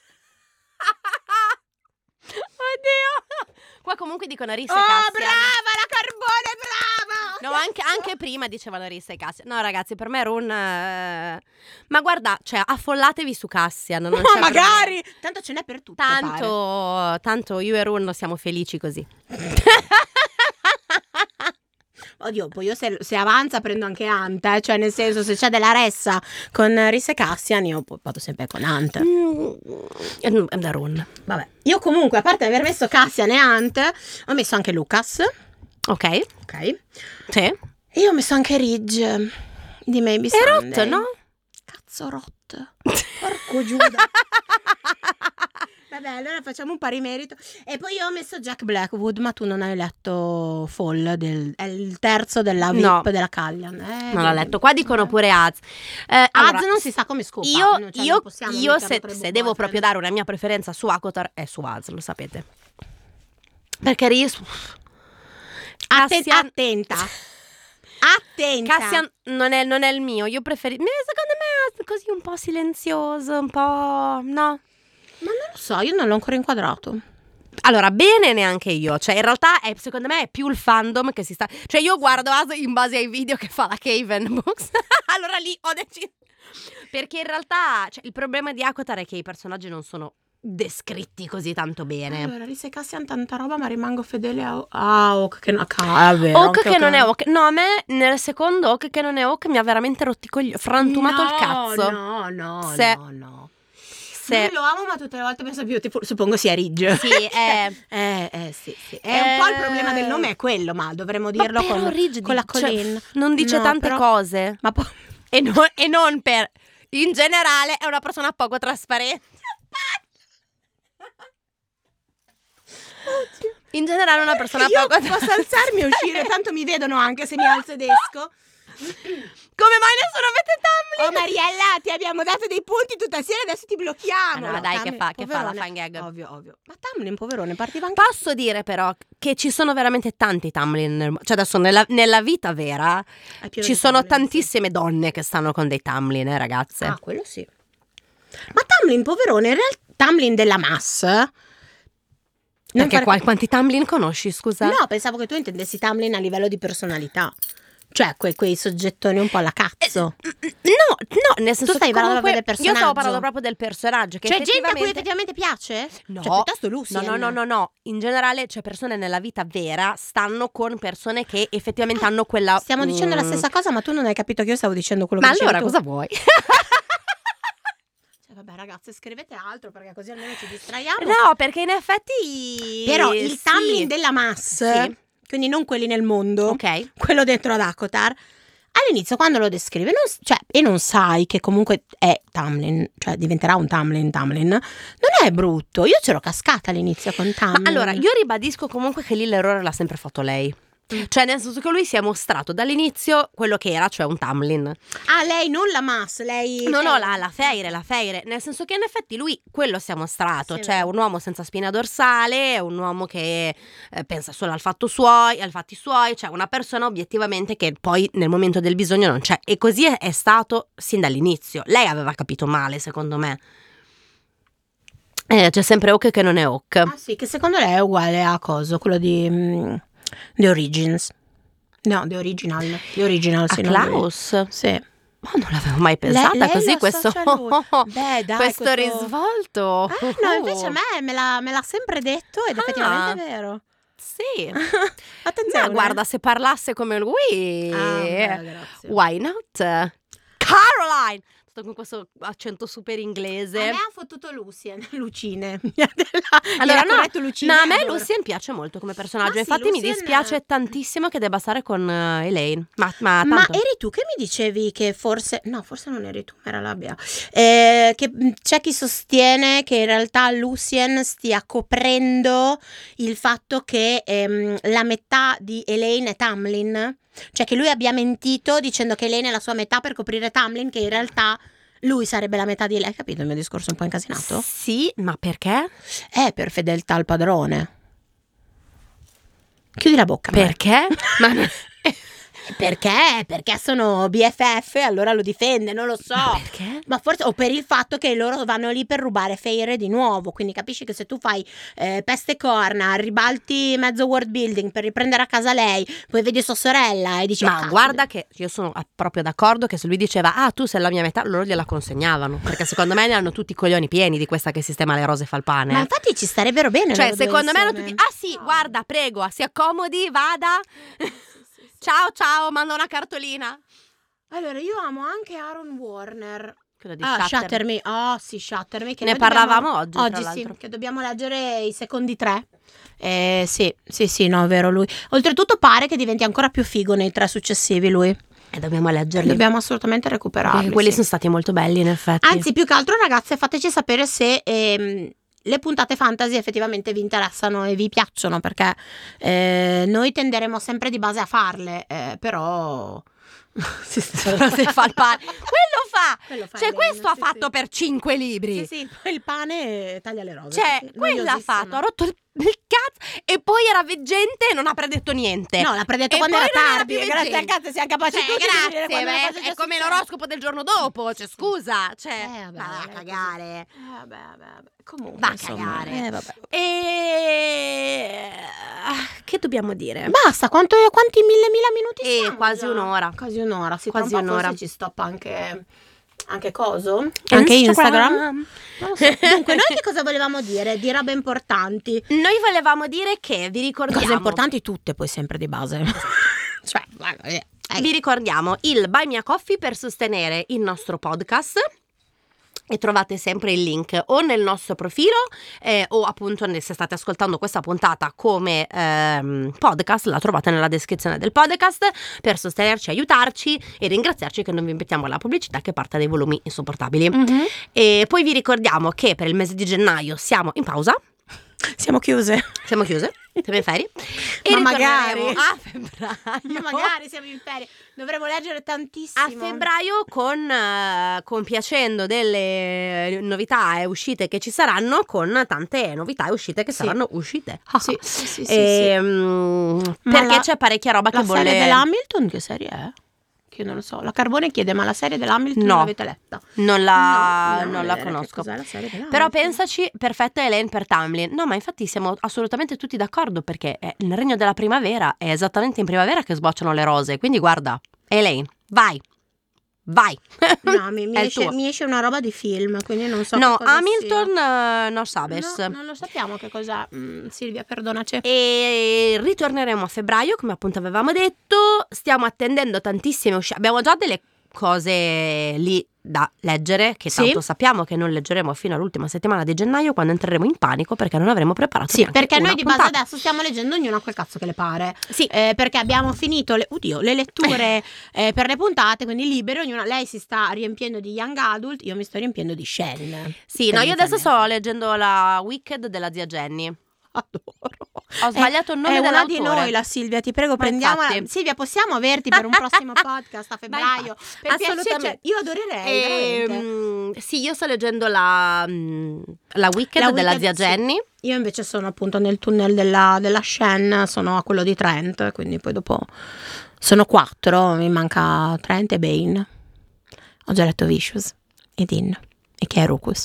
Oddio. Qua comunque dicono Rissa Oh, e Cassian. brava, la Carbone, brava! No, anche, anche prima dicevano Rissa e Cassian. No, ragazzi, per me Run... eh, Ma guarda, cioè, affollatevi su Cassian. Non Ma c'è magari! Tanto ce n'è per tutto, pare. Tanto, tanto io e Run siamo felici così. Oddio, poi io se, se avanza prendo anche Ant, eh? Cioè nel senso se c'è della ressa con Rhys e Cassian io poi vado sempre con Ant. Mm, è da run. Vabbè, io comunque a parte aver messo Cassian e Ant ho messo anche Lucas. Ok. Ok. Sì. E io ho messo anche Ridge di Maybe È Sunday. Rot, no? Cazzo Rot. Porco Giuda. Vabbè, allora facciamo un pari merito. E poi io ho messo Jack Blackwood, ma tu non hai letto Fall, del, è il terzo della V I P No. della Callian. Eh, Non l'ho letto. Qua dicono pure Az. Eh, allora, Az non si sa come scopa. Io, non- cioè, io, non possiamo io metterlo se, tra i se buon devo boyfriend. proprio dare una mia preferenza su Akotar è su Az, lo sapete. Perché Rhys... Atten- Cassian, attenta. Attenta. Cassian non è, non è il mio. Io preferisco... Secondo me è così un po' silenzioso, un po'... No. Ma non lo so, io non l'ho ancora inquadrato. Allora, bene neanche io. Cioè, in realtà, è, secondo me, è più il fandom che si sta... Cioè, io guardo Az in base ai video che fa la Caven Books. Allora lì ho deciso... Perché in realtà, cioè, il problema di Akotar è che i personaggi non sono descritti così tanto bene. Allora, Rhys e Cassian tanta roba, ma rimango fedele a, a Hawk che non ah, è vero, Hawk anche che non è Hawk. Hawk. No, a me nel secondo Hawk che non è Hawk mi ha veramente rotti i coglioni, frantumato no, il cazzo. No, no, Se- no, no. Se... Io lo amo, ma tutte le volte penso più, tipo, suppongo sia Ridge. Sì, è... eh, eh, sì, sì. È un po' il Eh. problema del nome, è quello, ma dovremmo Ma dirlo però con, Ridge con la di- cioè, Colleen. non dice No, tante però- cose. Ma poi... E, non, e non per... In generale è una persona poco trasparente. In generale è una persona Io poco posso alzarmi e uscire, tanto mi vedono anche se mi alzo ed esco. Come mai nessuno mette Tamlin? Oh Mariella, ti abbiamo dato dei punti tutta sera, adesso ti blocchiamo. Ah, no, dai, che Tamlin, fa- che fa la poverone. fan gag? Ovvio, ovvio. Ma Tamlin, poverone, partiva anche... Posso dire però che ci sono veramente tanti Tamlin nel- Cioè adesso nella, nella vita vera È pieno ci di sono Tamlin, tantissime donne che stanno con dei Tamlin, eh, ragazze. Ah, quello sì. Ma Tamlin, poverone, in realtà Tamlin della Mass... non Perché fare- qua, quanti Tamlin conosci, scusa? No, pensavo che tu intendessi Tamlin a livello di personalità. Cioè, que- quei soggettoni un po' alla cazzo. No, no, nel senso stai che parlando comunque proprio del io personaggio. stavo parlando proprio del personaggio che Cioè, gente a cui effettivamente... effettivamente piace? No. Cioè, piuttosto No, Lucien. no, no, no, no. In generale, cioè persone nella vita vera stanno con persone che effettivamente hanno quella... Stiamo dicendo la mm, stessa cosa, ma tu non hai capito che io stavo dicendo quello Ma che allora dicevi tu. cosa vuoi? Cioè, vabbè, ragazze, scrivete altro perché così almeno ci distraiamo. No, perché in effetti... Però il sì. Tamlin della Mass, Sì. quindi non quelli nel mondo, Ok. quello dentro ad Akotar, all'inizio quando lo descrive, non, s- cioè, e non sai che comunque è Tamlin, cioè diventerà un Tamlin Tamlin, non è brutto. Io c'ero cascata all'inizio con Tamlin. Ma allora, io ribadisco comunque che lì l'errore l'ha sempre fatto lei. Cioè, nel senso che lui si è mostrato dall'inizio quello che era, cioè un Tamlin. Ah, lei, non la Mass, lei... No, no, la, la Feire, la Feire. Nel senso che in effetti lui quello si è mostrato. Sì, Cioè, vero. un uomo senza spina dorsale, un uomo che eh, pensa solo al fatto suoi, ai fatti suoi. Cioè, una persona obiettivamente che poi nel momento del bisogno non c'è. E così è, è stato sin dall'inizio. Lei aveva capito male, secondo me. Eh, c'è sempre Hawk che non è Hawk. Ah sì, che secondo lei è uguale a coso, quello di mm, The Origins. No, The Original. The Original, A sì, non Klaus? The- Sì. Oh, non l'avevo mai pensata lei così lo questo, associa a lui. Beh, dai, questo, questo- risvolto. Ah, no, invece a me me l'ha, me l'ha sempre detto ed Ah. effettivamente è vero. Sì. Attenzione. Ma guarda, se parlasse come lui, Ah, beh, grazie. why not? Caroline! Sto con questo accento super inglese. A me ha fottuto Lucien, Lucine. Allora, Allora, no, corretto Lucine. No, a me adoro. Lucien piace molto come personaggio. Ma sì, Infatti mi Lucien- dispiace tantissimo che debba stare con eh, Elaine. Ma, ma, Ma tanto. eri tu che mi dicevi che forse, no, forse non eri tu, ma era la Bea, eh, che mh, c'è chi sostiene che in realtà Lucien stia coprendo il fatto che ehm, la metà di Elaine è Tamlin, cioè che lui abbia mentito dicendo che Elaine è la sua metà per coprire Tamlin, che in realtà lui sarebbe la metà di lei. Hai capito il mio discorso un po' incasinato? Sì, ma perché? È per fedeltà al padrone. Chiudi la bocca. Mara. Perché? ma Perché? Perché sono B F F, allora lo difende, non lo so. Ma perché? Ma forse, o per il fatto che loro vanno lì per rubare Feyre di nuovo. Quindi capisci che se tu fai eh, peste corna, ribalti mezzo world building per riprendere a casa lei, poi vedi sua sorella e dici Ma "Ah, guarda che io sono ah, proprio d'accordo che se lui diceva ah tu sei la mia metà, loro gliela consegnavano. Perché secondo me ne hanno tutti i coglioni pieni di questa che sistema le rose e fa il pane. ma infatti ci starebbero bene Cioè loro due secondo me erano insieme. tutti ah sì guarda prego si accomodi vada. Ciao ciao, manda una cartolina. Allora, io amo anche Aaron Warner. Quello di Ah, Shutter. Shatter Me. Oh, sì, Shatter Me. Che Ne noi dobbiamo- parlavamo oggi, tra Oggi sì, l'altro. che dobbiamo leggere i secondi tre. Eh, sì, sì, sì, no, è vero lui. Oltretutto pare che diventi ancora più figo nei tre successivi lui. E dobbiamo leggerli. Dobbiamo assolutamente recuperarli. Perché quelli sì. sono stati molto belli, in effetti. Anzi, più che altro, ragazze, fateci sapere se ehm, le puntate fantasy effettivamente vi interessano e vi piacciono, perché eh, noi tenderemo sempre di base a farle, eh, però... si sta- Però se fa il pane. Quello fa! Quello fa Cioè, Elena, questo ha sì, fatto sì. per cinque libri. Sì, sì, poi il pane taglia le rose. Cioè, sì, sì, quello ha noiosissimo. fatto, ha rotto il, il cazzo e poi era veggente e non ha predetto niente. No, l'ha predetto E quando poi era non era tardi. più Grazie al veggente. cazzo siamo capaci Cioè, tutti di dire grazie, quando le beh, cose già è come succedono. l'oroscopo del giorno dopo. Cioè, scusa. Cioè, Eh, vabbè, ma va a è cagare. Eh, vabbè, vabbè, vabbè. Comunque, Va a insomma, cagare. eh, vabbè. E che dobbiamo dire? Basta, quanto, quanti mille mila minuti Eh, siamo quasi già? un'ora. Quasi un'ora, sì, Quasi tra un po' un'ora. forse ci stoppa anche, anche coso? Anche Instagram? Non lo so. Dunque, noi che cosa volevamo dire? Di robe importanti. Noi volevamo dire che vi ricordiamo. Cose importanti tutte, poi sempre di base. Cioè, eh, eh. Vi ricordiamo il Buy Me a Coffee per sostenere il nostro podcast. E trovate sempre il link o nel nostro profilo eh, o appunto nel, se state ascoltando questa puntata come ehm, podcast, la trovate nella descrizione del podcast per sostenerci, aiutarci e ringraziarci che non vi mettiamo la pubblicità che parte dai volumi insopportabili. Mhm. E poi vi ricordiamo che per il mese di gennaio siamo in pausa, Siamo chiuse. siamo chiuse, siamo in ferie e Ma ritorneremo magari. a febbraio. Ma magari siamo in ferie. Dovremmo leggere tantissimo. A febbraio con eh, compiacendo delle novità e uscite che ci saranno, con tante novità e uscite che Sì. saranno uscite. Sì, sì, sì, sì, Ehm, sì. Ma perché la- c'è parecchia roba La che bolle. serie dell'Hamilton che serie è? Che io non lo so. La Carbone chiede, ma la serie dell'Hamilton No. l'avete letta? Non la, No, non a la vedere conosco. che cos'è la serie dell'Hamilton. Però pensaci, perfetta Elaine per Tamlin. No, ma infatti siamo assolutamente tutti d'accordo, perché è nel regno della primavera è esattamente in primavera che sbocciano le rose. Quindi guarda, Elaine, vai, vai. No, mi, mi È il esce, tuo. mi esce una roba di film, quindi non so No, che cosa Hamilton sia. eh, non sabes. No, non lo sappiamo che cos'è. Mm, Silvia, perdonaci. E ritorneremo a febbraio, come appunto avevamo detto. Stiamo attendendo tantissime uscite. Abbiamo già delle cose lì da leggere, che Sì. tanto sappiamo che non leggeremo fino all'ultima settimana di gennaio, quando entreremo in panico perché non avremo preparato Sì, neanche perché una noi di base puntata. adesso stiamo leggendo ognuno quel cazzo che le pare. Sì. Eh, perché abbiamo finito le, oddio, le letture eh, per le puntate, quindi libere, ognuna. Lei si sta riempiendo di young adult, io mi sto riempiendo di Shen. Sì, no, io adesso sto tendenzialmente. leggendo la Wicked della zia Jenny. Adoro. Ho sbagliato È- il nome è una dell'autore. di noi la Silvia, ti prego, Ma prendiamola. infatti. Silvia, possiamo averti per un prossimo podcast a febbraio? Per piacere, assolutamente. cioè, io adorerei, veramente. Ehm, sì, io sto leggendo la, mm, la Wicked La della Wicked, zia sì. Jenny. Io invece sono appunto nel tunnel della, della Shen, sono a quello di Trent, quindi poi dopo sono quattro, mi manca Trent e Bane. Ho già letto Vicious e Dean e che è Rucus.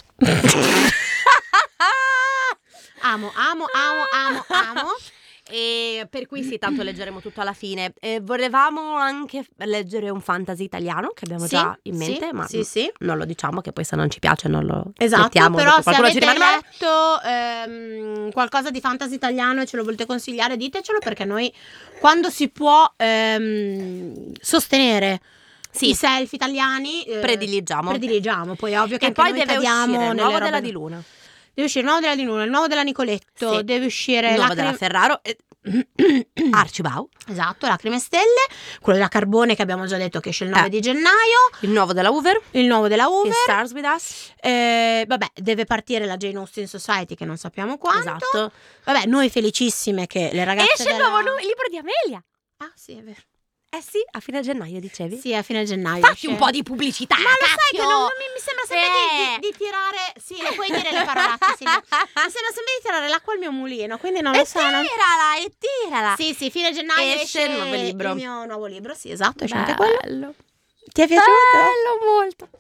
Amo, amo, amo, amo, amo. E per cui sì, tanto leggeremo tutto alla fine. E volevamo anche leggere un fantasy italiano che abbiamo Sì, già in mente, sì, ma sì, sì. non lo diciamo, che poi se non ci piace non lo Esatto, mettiamo, però dopo se qualcuno ci avete rimane male. letto ehm, qualcosa di fantasy italiano e ce lo volete consigliare, ditecelo, perché noi quando si può ehm, sostenere Sì. i self italiani eh, Prediligiamo. prediligiamo. Poi è ovvio che E anche poi noi deve cadiamo uscire il nelle nuovo robe- della Di Luna, Deve uscire il nuovo della Di Luna, il nuovo della Nicoletto, Sì. deve uscire il nuovo Lacrime- della Ferraro, e Archibald, Esatto, Lacrime e Stelle, quello della Carbone che abbiamo già detto che esce il nove Eh. di gennaio, il nuovo della Hoover, il nuovo della It Hoover. Stars With Us. Eh, vabbè, deve partire la Jane Austen Society che non sappiamo quando. Esatto. Vabbè, noi felicissime che le ragazze Esce il della- nuovo nu- il libro di Amelia. Ah, sì, è vero. Eh sì, a fine gennaio dicevi. Sì, a fine gennaio. Fatti esce. un po' di pubblicità. Ma lo sai cacchio! che non, non mi, mi sembra sempre di, Eh. di, di tirare. Sì, le puoi dire le parolacce, Silvia. Mi sembra sempre di tirare l'acqua al mio mulino, quindi non lo E so. non- tirala, e tirala. Sì, sì, fine gennaio Esce il nuovo libro. Il mio nuovo libro, sì, esatto, esce Bello. anche quello. Ti è piaciuto? Bello, molto.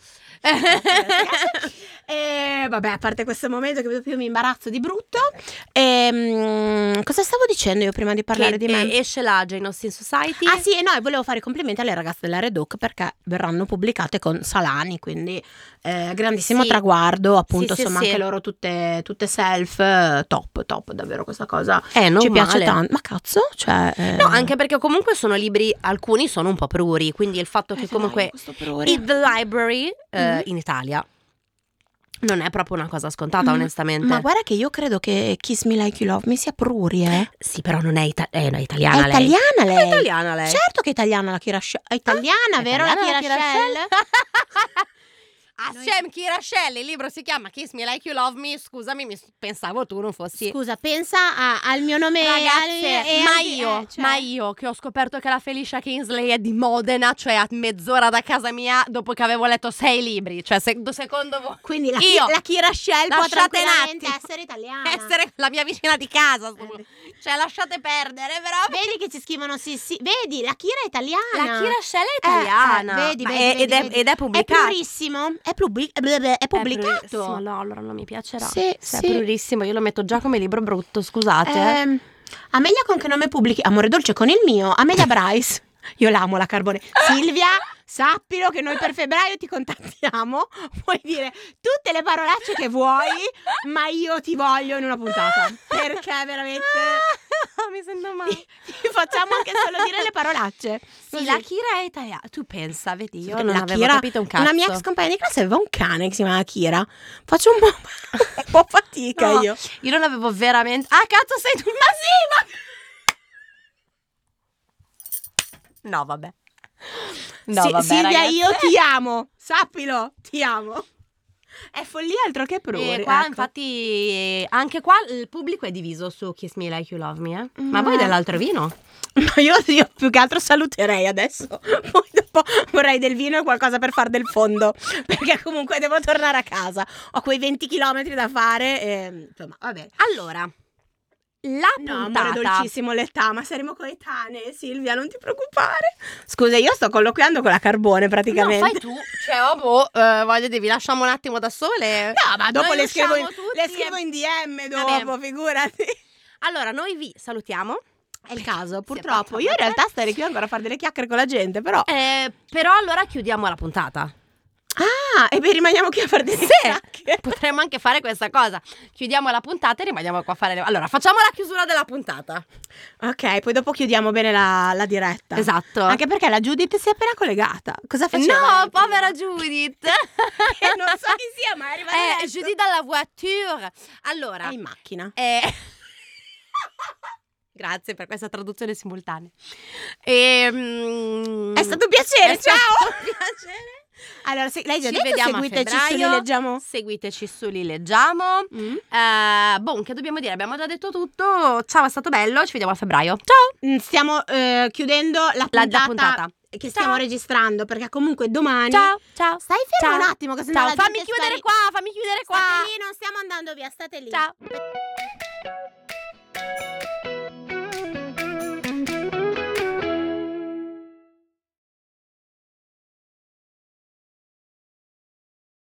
E vabbè, a parte questo momento che più mi imbarazzo di brutto, ehm, cosa stavo dicendo io prima di parlare che di me? eh, esce la Jane Austen Society. Ah sì, e no, e volevo fare i complimenti alle ragazze della Redoc perché verranno pubblicate con Salani, quindi eh, grandissimo Sì. traguardo, appunto, Sì, sì, insomma, sì. anche loro tutte, tutte self, eh, top, top, davvero questa cosa Eh, non ci piace male. tanto. Ma cazzo, cioè... eh, No, anche perché comunque sono libri, alcuni sono un po' pruri, quindi il fatto eh, che dai, comunque questo prurito. in the library eh, Mhm. in Italia non è proprio una cosa scontata, Mm, onestamente. Ma guarda che io credo che Kiss Me Like You Love Me sia pruri, eh. Sì, però non è, ita- eh, no, è italiana È lei. italiana lei. È italiana lei. Certo che è italiana la Kira Shell. È italiana, È vero italiana la Kira Shell? Hashem Kira Shell, il libro si chiama Kiss Me Like You Love Me. Scusami, mi s- pensavo tu non fossi. Scusa, pensa a- al mio nome. Ragazze, al- e ma al- io, eh, cioè- ma io che ho scoperto che la Felicia Kingsley è di Modena, cioè a mezz'ora da casa mia, dopo che avevo letto sei libri, cioè se- secondo voi Quindi la, io, Ki- la Kira Shell può lasciate un tranquillamente attimo. essere italiana. essere la mia vicina di casa, Eh. cioè lasciate perdere, però Vedi che ci scrivono sì sì. Vedi, la Kira è italiana. la Kira Shell è Eh, italiana, eh, vedi, Ma vedi, è- vedi, ed, è, vedi. ed è È pubblicato. plurissimo. È, pubblic- è È pubblicato. plurissimo, no, allora non mi piacerà. Sì, Se sì. è plurissimo, io lo metto già come libro brutto, scusate. eh. Ehm, Amelia con che nome pubblichi? Amore dolce con il mio. Amelia Bryce. Io l'amo la Carbone. Silvia, sappilo che noi per febbraio ti contattiamo. Puoi dire tutte le parolacce che vuoi, ma io ti voglio in una puntata. Perché veramente Mi sento male. ti facciamo anche solo dire le parolacce. Sì, Così. la Kira è italiana. Tu pensa, vedi, io Sì, non la avevo Kira- capito un cazzo. Una mia ex compagna di classe aveva un cane che si chiamava Kira. Faccio un po', un po' fatica No, io. Io non avevo veramente. Ah, cazzo, sei tu. Ma sì, ma. No, vabbè. No, Sì, vabbè, Silvia, ragazzi. io ti amo. Sappilo, ti amo. È follia altro che pruri. E qua, ecco. infatti, anche qua il pubblico è diviso su Kiss Me Like You Love Me, eh? Ma Ma- voi dell'altro vino? Ma io, io più che altro saluterei adesso. Poi dopo vorrei del vino e qualcosa per far del fondo. Perché comunque devo tornare a casa. Ho quei venti chilometri da fare. E, insomma, va bene. Allora, la No, puntata. amore dolcissimo l'età, ma saremo coetanee, Silvia, non ti preoccupare. Scusa, io sto colloquiando con la Carbone praticamente. No, fai tu. Cioè, oh, boh, eh, voglio dire, vi lasciamo un attimo da sole. No, ma dopo Noi le scrivo, in, usciamo tutti le scrivo e- in D M Va dopo, bene. figurati. Allora, noi vi salutiamo. È il caso, Sì, purtroppo. è Io in fatto. realtà starei qui ancora a fare delle chiacchiere con la gente, però... Eh, però allora chiudiamo la puntata. Ah, e poi rimaniamo qui a fare delle Sì, chiacchiere. potremmo anche fare questa cosa. Chiudiamo la puntata e rimaniamo qua a fare le... Allora, facciamo la chiusura della puntata. Ok, poi dopo chiudiamo bene la, la diretta. Esatto. Anche perché la Judith si è appena collegata. Cosa faceva? No, lei? povera Judith. Eh, non so chi sia, ma è arrivata Eh, adesso. Judith dalla voiture. Allora, È in macchina. eh... Grazie per questa traduzione simultanea. Ehm, È stato un piacere, è stato ciao! un piacere. Allora, se, lei già Ci detto, vediamo seguiteci a su febbraio. Li Leggiamo. Seguiteci su Li Leggiamo. Mm. Eh, boh, che dobbiamo dire? Abbiamo già detto tutto. Ciao, è stato bello. Ci vediamo a febbraio. Ciao. Mm, Stiamo eh, chiudendo la La- puntata, la puntata. che stiamo Ciao. registrando, perché comunque domani... Ciao. Ciao. Stai fermo Ciao. un attimo, che sennò Ciao. la Fammi gente chiudere sta- qua. Fammi chiudere qua. State lì, non stiamo andando via, state lì. Ciao.